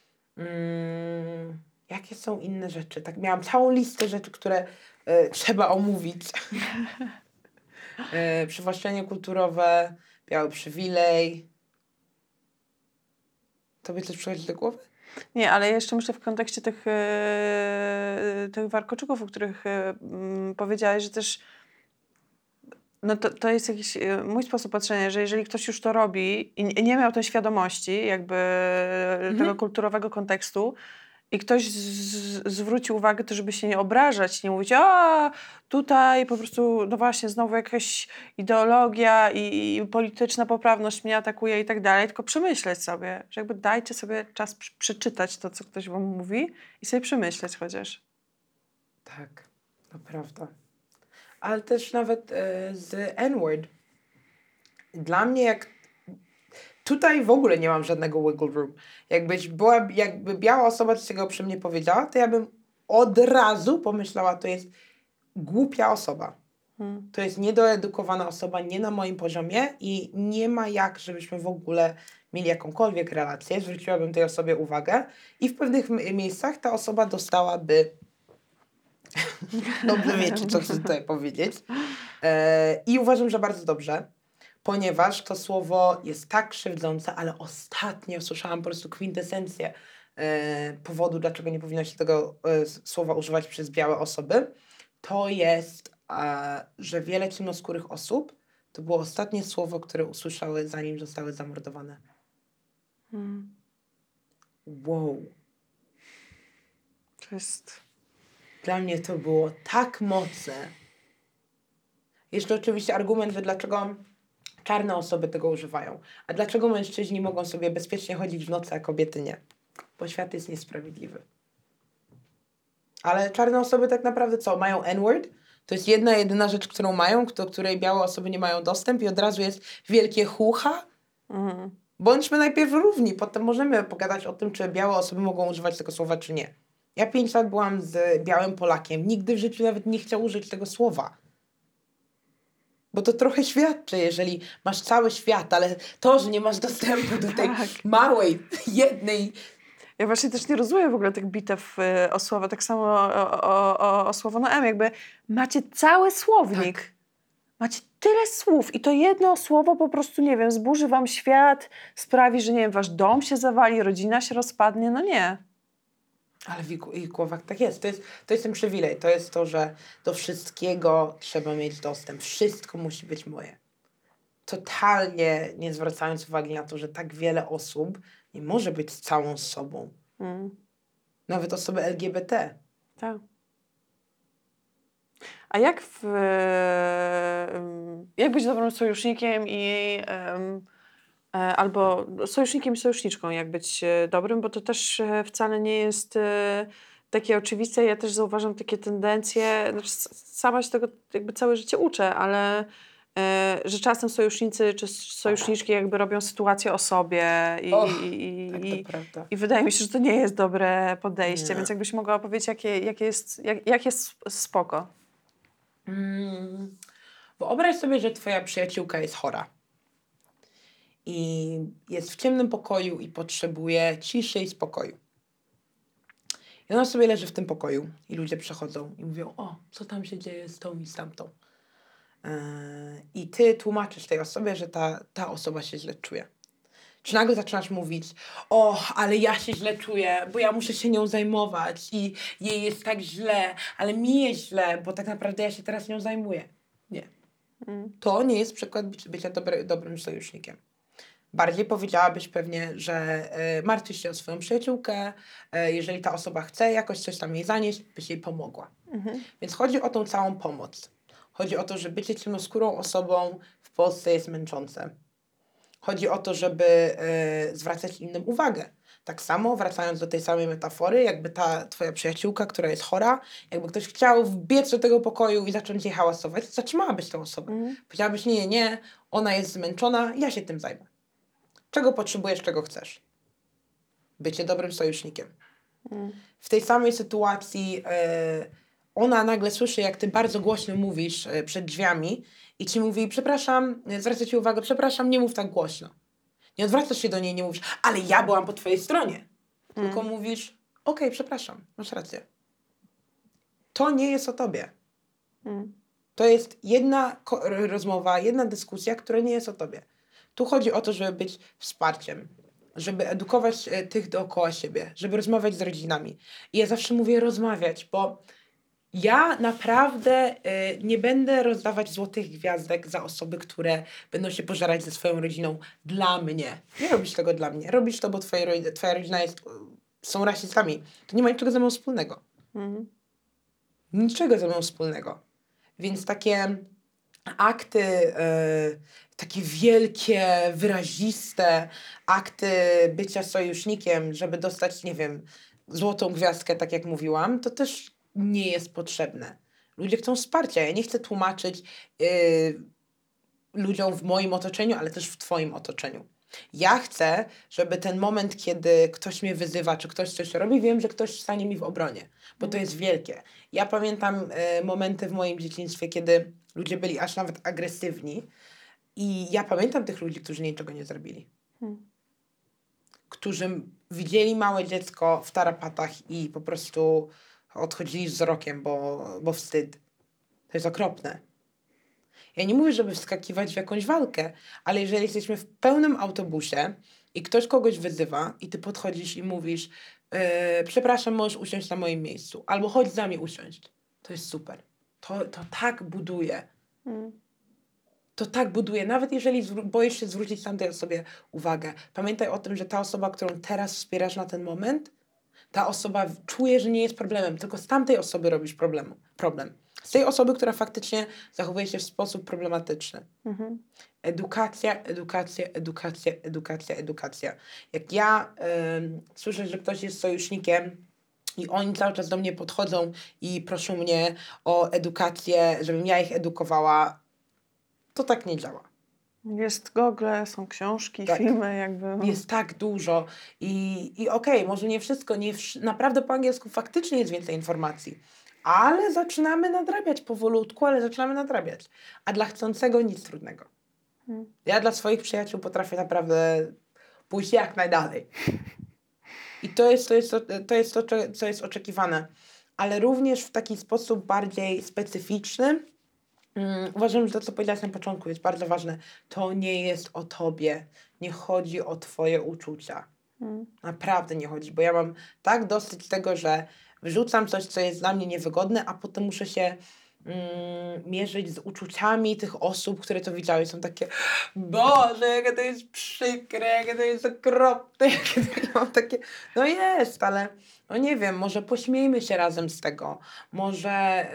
[SPEAKER 3] Jakie są inne rzeczy? Tak, miałam całą listę rzeczy, które trzeba omówić. Przywłaszczenie kulturowe, biały przywilej. Tobie coś przychodzi do głowy?
[SPEAKER 2] Nie, ale jeszcze myślę w kontekście tych warkoczyków, o których powiedziałaś, że też no to jest jakiś mój sposób patrzenia, że jeżeli ktoś już to robi i nie miał tej świadomości jakby tego kulturowego kontekstu i ktoś zwróci uwagę, to żeby się nie obrażać, nie mówić, a tutaj po prostu, no właśnie, znowu jakaś ideologia i polityczna poprawność mnie atakuje i tak dalej, tylko przemyśleć sobie, że jakby dajcie sobie czas przeczytać to, co ktoś wam mówi i sobie przemyśleć chociaż.
[SPEAKER 3] Tak, to prawda. Ale też nawet z N-word. Dla mnie tutaj w ogóle nie mam żadnego wiggle room. Jakby biała osoba coś takiego przy mnie powiedziała, to ja bym od razu pomyślała, to jest głupia osoba. To jest niedoedukowana osoba, nie na moim poziomie i nie ma jak, żebyśmy w ogóle mieli jakąkolwiek relację. Zwróciłabym tej osobie uwagę i w pewnych miejscach ta osoba dostałaby dobrze wiecie, co chcę tutaj powiedzieć. I uważam, że bardzo dobrze, ponieważ to słowo jest tak krzywdzące, ale ostatnio słyszałam po prostu kwintesencję powodu, dlaczego nie powinno się tego słowa używać przez białe osoby. To jest, że wiele ciemnoskórych osób to było ostatnie słowo, które usłyszały, zanim zostały zamordowane. Wow.
[SPEAKER 2] To jest...
[SPEAKER 3] Dla mnie to było tak mocne. Jeszcze oczywiście argument, że dlaczego czarne osoby tego używają. A dlaczego mężczyźni mogą sobie bezpiecznie chodzić w nocy, a kobiety nie? Bo świat jest niesprawiedliwy. Ale czarne osoby tak naprawdę co? Mają N-word? To jest jedyna rzecz, którą mają, do której białe osoby nie mają dostęp i od razu jest wielkie hucha. Bądźmy najpierw równi, potem możemy pogadać o tym, czy białe osoby mogą używać tego słowa, czy nie. Ja 5 lat byłam z białym Polakiem. Nigdy w życiu nawet nie chciał użyć tego słowa. Bo to trochę świadczy, jeżeli masz cały świat, ale to, że nie masz dostępu do tej małej, jednej...
[SPEAKER 2] Ja właśnie też nie rozumiem w ogóle tych bitew o słowa, tak samo o słowo na M, jakby macie cały słownik. Tak. Macie tyle słów i to jedno słowo po prostu, nie wiem, zburzy wam świat, sprawi, że nie wiem, wasz dom się zawali, rodzina się rozpadnie, no nie.
[SPEAKER 3] Ale w ich głowach tak jest. To jest ten przywilej. To jest to, że do wszystkiego trzeba mieć dostęp. Wszystko musi być moje. Totalnie nie zwracając uwagi na to, że tak wiele osób nie może być całą sobą. Nawet osoby LGBT.
[SPEAKER 2] Tak. A jak być dobrym sojusznikiem albo sojusznikiem i sojuszniczką, jak być dobrym, bo to też wcale nie jest takie oczywiste. Ja też zauważam takie tendencje, znaczy sama się tego jakby całe życie uczę, ale że czasem sojusznicy czy sojuszniczki jakby robią sytuację o sobie i wydaje mi się, że to nie jest dobre podejście, nie. Więc jakbyś mogła powiedzieć, jak jest spoko.
[SPEAKER 3] Wyobraź sobie, że twoja przyjaciółka jest chora i jest w ciemnym pokoju i potrzebuje ciszy i spokoju. I ona sobie leży w tym pokoju i ludzie przechodzą i mówią, o, co tam się dzieje z tą i z tamtą. I ty tłumaczysz tej osobie, że ta osoba się źle czuje. Czy nagle zaczynasz mówić, o, ale ja się źle czuję, bo ja muszę się nią zajmować i jej jest tak źle, ale mi jest źle, bo tak naprawdę ja się teraz nią zajmuję. Nie. To nie jest przykład bycia dobrym sojusznikiem. Bardziej powiedziałabyś pewnie, że martwisz się o swoją przyjaciółkę, jeżeli ta osoba chce jakoś coś tam jej zanieść, byś jej pomogła. Więc chodzi o tą całą pomoc. Chodzi o to, że bycie ciemnoskórą osobą w Polsce jest męczące. Chodzi o to, żeby zwracać innym uwagę. Tak samo, wracając do tej samej metafory, jakby ta twoja przyjaciółka, która jest chora, jakby ktoś chciał wbiec do tego pokoju i zacząć jej hałasować, zatrzymałabyś tę osobę. Powiedziałabyś, nie, ona jest zmęczona, ja się tym zajmę. Czego potrzebujesz, czego chcesz? Bycie dobrym sojusznikiem. W tej samej sytuacji ona nagle słyszy, jak ty bardzo głośno mówisz przed drzwiami i ci mówi, przepraszam, zwraca ci uwagę, przepraszam, nie mów tak głośno. Nie odwracasz się do niej, nie mówisz, ale ja byłam po twojej stronie. Tylko mówisz, okej, przepraszam, masz rację. To nie jest o tobie. To jest jedna rozmowa, jedna dyskusja, która nie jest o tobie. Tu chodzi o to, żeby być wsparciem, żeby edukować tych dookoła siebie, żeby rozmawiać z rodzinami. I ja zawsze mówię rozmawiać, bo ja naprawdę nie będę rozdawać złotych gwiazdek za osoby, które będą się pożerać ze swoją rodziną dla mnie. Nie robisz tego dla mnie. Robisz to, bo twoja rodzina jest są rasistami, to nie ma niczego ze mną wspólnego.
[SPEAKER 2] Mhm.
[SPEAKER 3] Niczego ze mną wspólnego. Więc takie akty, takie wielkie, wyraziste akty bycia sojusznikiem, żeby dostać, nie wiem, złotą gwiazdkę, tak jak mówiłam, to też nie jest potrzebne. Ludzie chcą wsparcia. Ja nie chcę tłumaczyć ludziom w moim otoczeniu, ale też w twoim otoczeniu. Ja chcę, żeby ten moment, kiedy ktoś mnie wyzywa, czy ktoś coś robi, wiem, że ktoś stanie mi w obronie, bo to jest wielkie. Ja pamiętam momenty w moim dzieciństwie, kiedy ludzie byli aż nawet agresywni i ja pamiętam tych ludzi, którzy niczego nie zrobili. Którzy widzieli małe dziecko w tarapatach i po prostu odchodzili z wzrokiem, bo wstyd. To jest okropne. Ja nie mówię, żeby wskakiwać w jakąś walkę, ale jeżeli jesteśmy w pełnym autobusie i ktoś kogoś wyzywa i ty podchodzisz i mówisz przepraszam, możesz usiąść na moim miejscu albo chodź za mnie usiąść. To jest super. To tak buduje. To tak buduje. Nawet jeżeli boisz się zwrócić tamtej osobie uwagę. Pamiętaj o tym, że ta osoba, którą teraz wspierasz na ten moment, ta osoba czuje, że nie jest problemem, tylko z tamtej osoby robisz problem. Z tej osoby, która faktycznie zachowuje się w sposób problematyczny. Edukacja, edukacja, edukacja, edukacja, edukacja. Jak ja słyszę, że ktoś jest sojusznikiem i oni cały czas do mnie podchodzą i proszą mnie o edukację, żebym ja ich edukowała, to tak nie działa.
[SPEAKER 2] Jest Google, są książki,
[SPEAKER 3] Tak.
[SPEAKER 2] filmy, jakby.
[SPEAKER 3] Jest tak dużo i okej, może nie wszystko, naprawdę po angielsku faktycznie jest więcej informacji, ale zaczynamy nadrabiać powolutku, ale zaczynamy nadrabiać. A dla chcącego nic trudnego. Ja dla swoich przyjaciół potrafię naprawdę pójść jak najdalej. I to jest to, co jest oczekiwane. Ale również w taki sposób bardziej specyficzny, uważam, że to, co powiedziałaś na początku, jest bardzo ważne. To nie jest o tobie. Nie chodzi o twoje uczucia. Naprawdę nie chodzi, bo ja mam tak dosyć tego, że wrzucam coś, co jest dla mnie niewygodne, a potem muszę się mierzyć z uczuciami tych osób, które to widziały. Są takie, Boże, jakie to jest przykre, jakie to jest okropne, jakie to... Ja mam takie, no jest, ale no nie wiem, może pośmiejmy się razem z tego. Może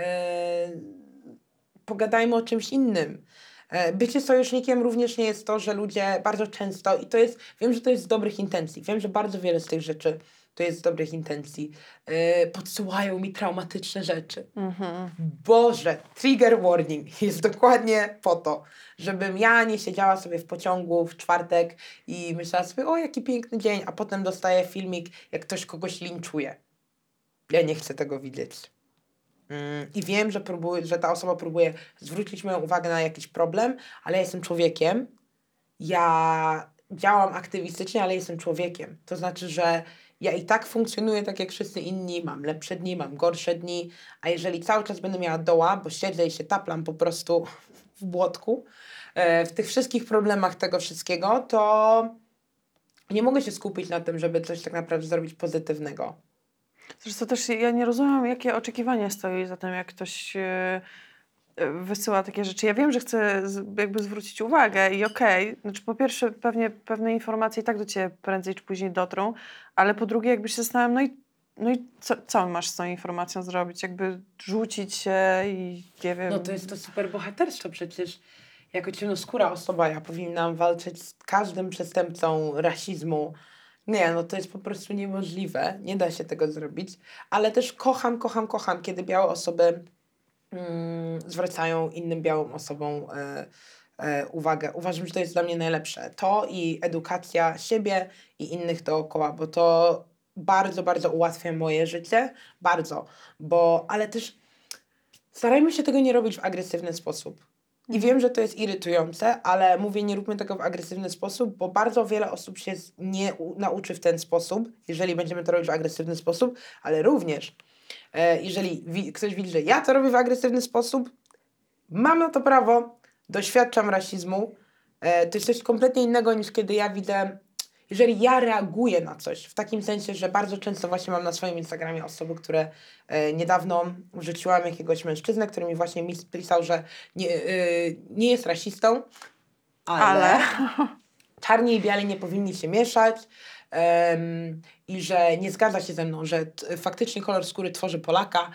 [SPEAKER 3] pogadajmy o czymś innym. Bycie sojusznikiem również nie jest to, że ludzie bardzo często, i to jest, wiem, że to jest z dobrych intencji, wiem, że bardzo wiele z tych rzeczy to jest z dobrych intencji, podsyłają mi traumatyczne rzeczy. Boże, trigger warning jest dokładnie po to, żebym ja nie siedziała sobie w pociągu w czwartek i myślała sobie, o jaki piękny dzień, a potem dostaję filmik, jak ktoś kogoś linczuje. Ja nie chcę tego widzieć. I wiem, że ta osoba próbuje zwrócić moją uwagę na jakiś problem, ale ja jestem człowiekiem. Ja działam aktywistycznie, ale jestem człowiekiem. To znaczy, że ja i tak funkcjonuję tak jak wszyscy inni, mam lepsze dni, mam gorsze dni, a jeżeli cały czas będę miała doła, bo siedzę i się taplam po prostu w błotku, w tych wszystkich problemach tego wszystkiego, to nie mogę się skupić na tym, żeby coś tak naprawdę zrobić pozytywnego.
[SPEAKER 2] Zresztą też ja nie rozumiem, jakie oczekiwanie stoi za tym, jak ktoś wysyła takie rzeczy. Ja wiem, że chcę jakby zwrócić uwagę i okej, znaczy po pierwsze pewnie pewne informacje i tak do ciebie prędzej czy później dotrą, ale po drugie jakby się zastanawiam, no i co masz z tą informacją zrobić? Jakby rzucić się i nie wiem...
[SPEAKER 3] No to jest to super bohaterstwo przecież. Jako ciemnoskóra osoba ja powinnam walczyć z każdym przestępcą rasizmu. Nie, no to jest po prostu niemożliwe. Nie da się tego zrobić. Ale też kocham, kiedy białe osoby zwracają innym białym osobom uwagę. Uważam, że to jest dla mnie najlepsze. To i edukacja siebie i innych dookoła, bo to bardzo, bardzo ułatwia moje życie. Bardzo. Ale też starajmy się tego nie robić w agresywny sposób. I wiem, że to jest irytujące, ale mówię, nie róbmy tego w agresywny sposób, bo bardzo wiele osób się nie nauczy w ten sposób, jeżeli będziemy to robić w agresywny sposób, ale również jeżeli ktoś widzi, że ja to robię w agresywny sposób, mam na to prawo, doświadczam rasizmu, to jest coś kompletnie innego niż kiedy ja widzę, jeżeli ja reaguję na coś, w takim sensie, że bardzo często właśnie mam na swoim Instagramie osoby, które niedawno wrzuciłam jakiegoś mężczyznę, który mi właśnie pisał, że nie jest rasistą, ale czarni i biali nie powinni się mieszać, i że nie zgadza się ze mną, że faktycznie kolor skóry tworzy Polaka,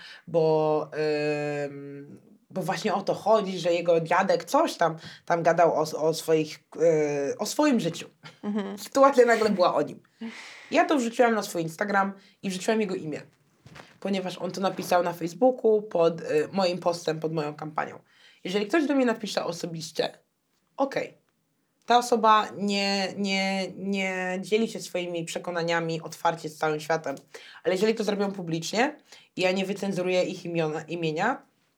[SPEAKER 3] bo właśnie o to chodzi, że jego dziadek coś tam gadał o swoim życiu. Sytuacja nagle była o nim. Ja to wrzuciłam na swój Instagram i wrzuciłam jego imię, ponieważ on to napisał na Facebooku pod moim postem, pod moją kampanią. Jeżeli ktoś do mnie napisze osobiście, okej. Ta osoba nie dzieli się swoimi przekonaniami otwarcie z całym światem, ale jeżeli to zrobią publicznie i ja nie wycenzuruję ich imienia,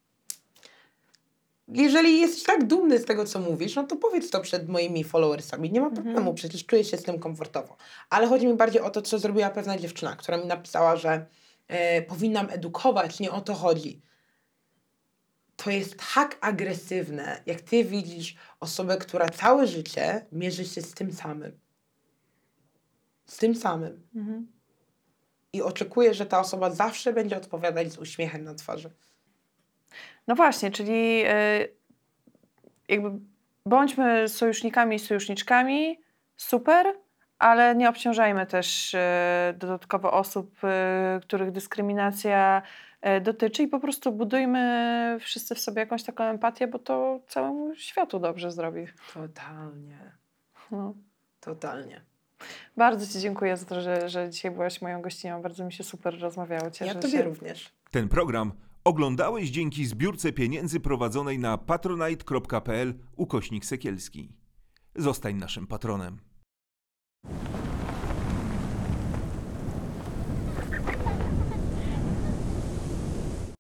[SPEAKER 3] jeżeli jesteś tak dumny z tego, co mówisz, no to powiedz to przed moimi followersami. Nie ma problemu, przecież czuję się z tym komfortowo. Ale chodzi mi bardziej o to, co zrobiła pewna dziewczyna, która mi napisała, że powinnam edukować, nie o to chodzi. To jest tak agresywne, jak ty widzisz osobę, która całe życie mierzy się z tym samym. Z tym samym. I oczekuje, że ta osoba zawsze będzie odpowiadać z uśmiechem na twarzy.
[SPEAKER 2] No właśnie, czyli jakby bądźmy sojusznikami i sojuszniczkami, super, ale nie obciążajmy też dodatkowo osób, których dyskryminacja dotyczy i po prostu budujmy wszyscy w sobie jakąś taką empatię, bo to całemu światu dobrze zrobi.
[SPEAKER 3] Totalnie.
[SPEAKER 2] No.
[SPEAKER 3] Totalnie.
[SPEAKER 2] Bardzo ci dziękuję za to, że dzisiaj byłaś moją gościnią. Bardzo mi się super rozmawiało. Cieszę
[SPEAKER 3] Ja tobie
[SPEAKER 2] się.
[SPEAKER 3] również.
[SPEAKER 1] Ten program oglądałeś dzięki zbiórce pieniędzy prowadzonej na patronite.pl/Sekielski. Zostań naszym patronem.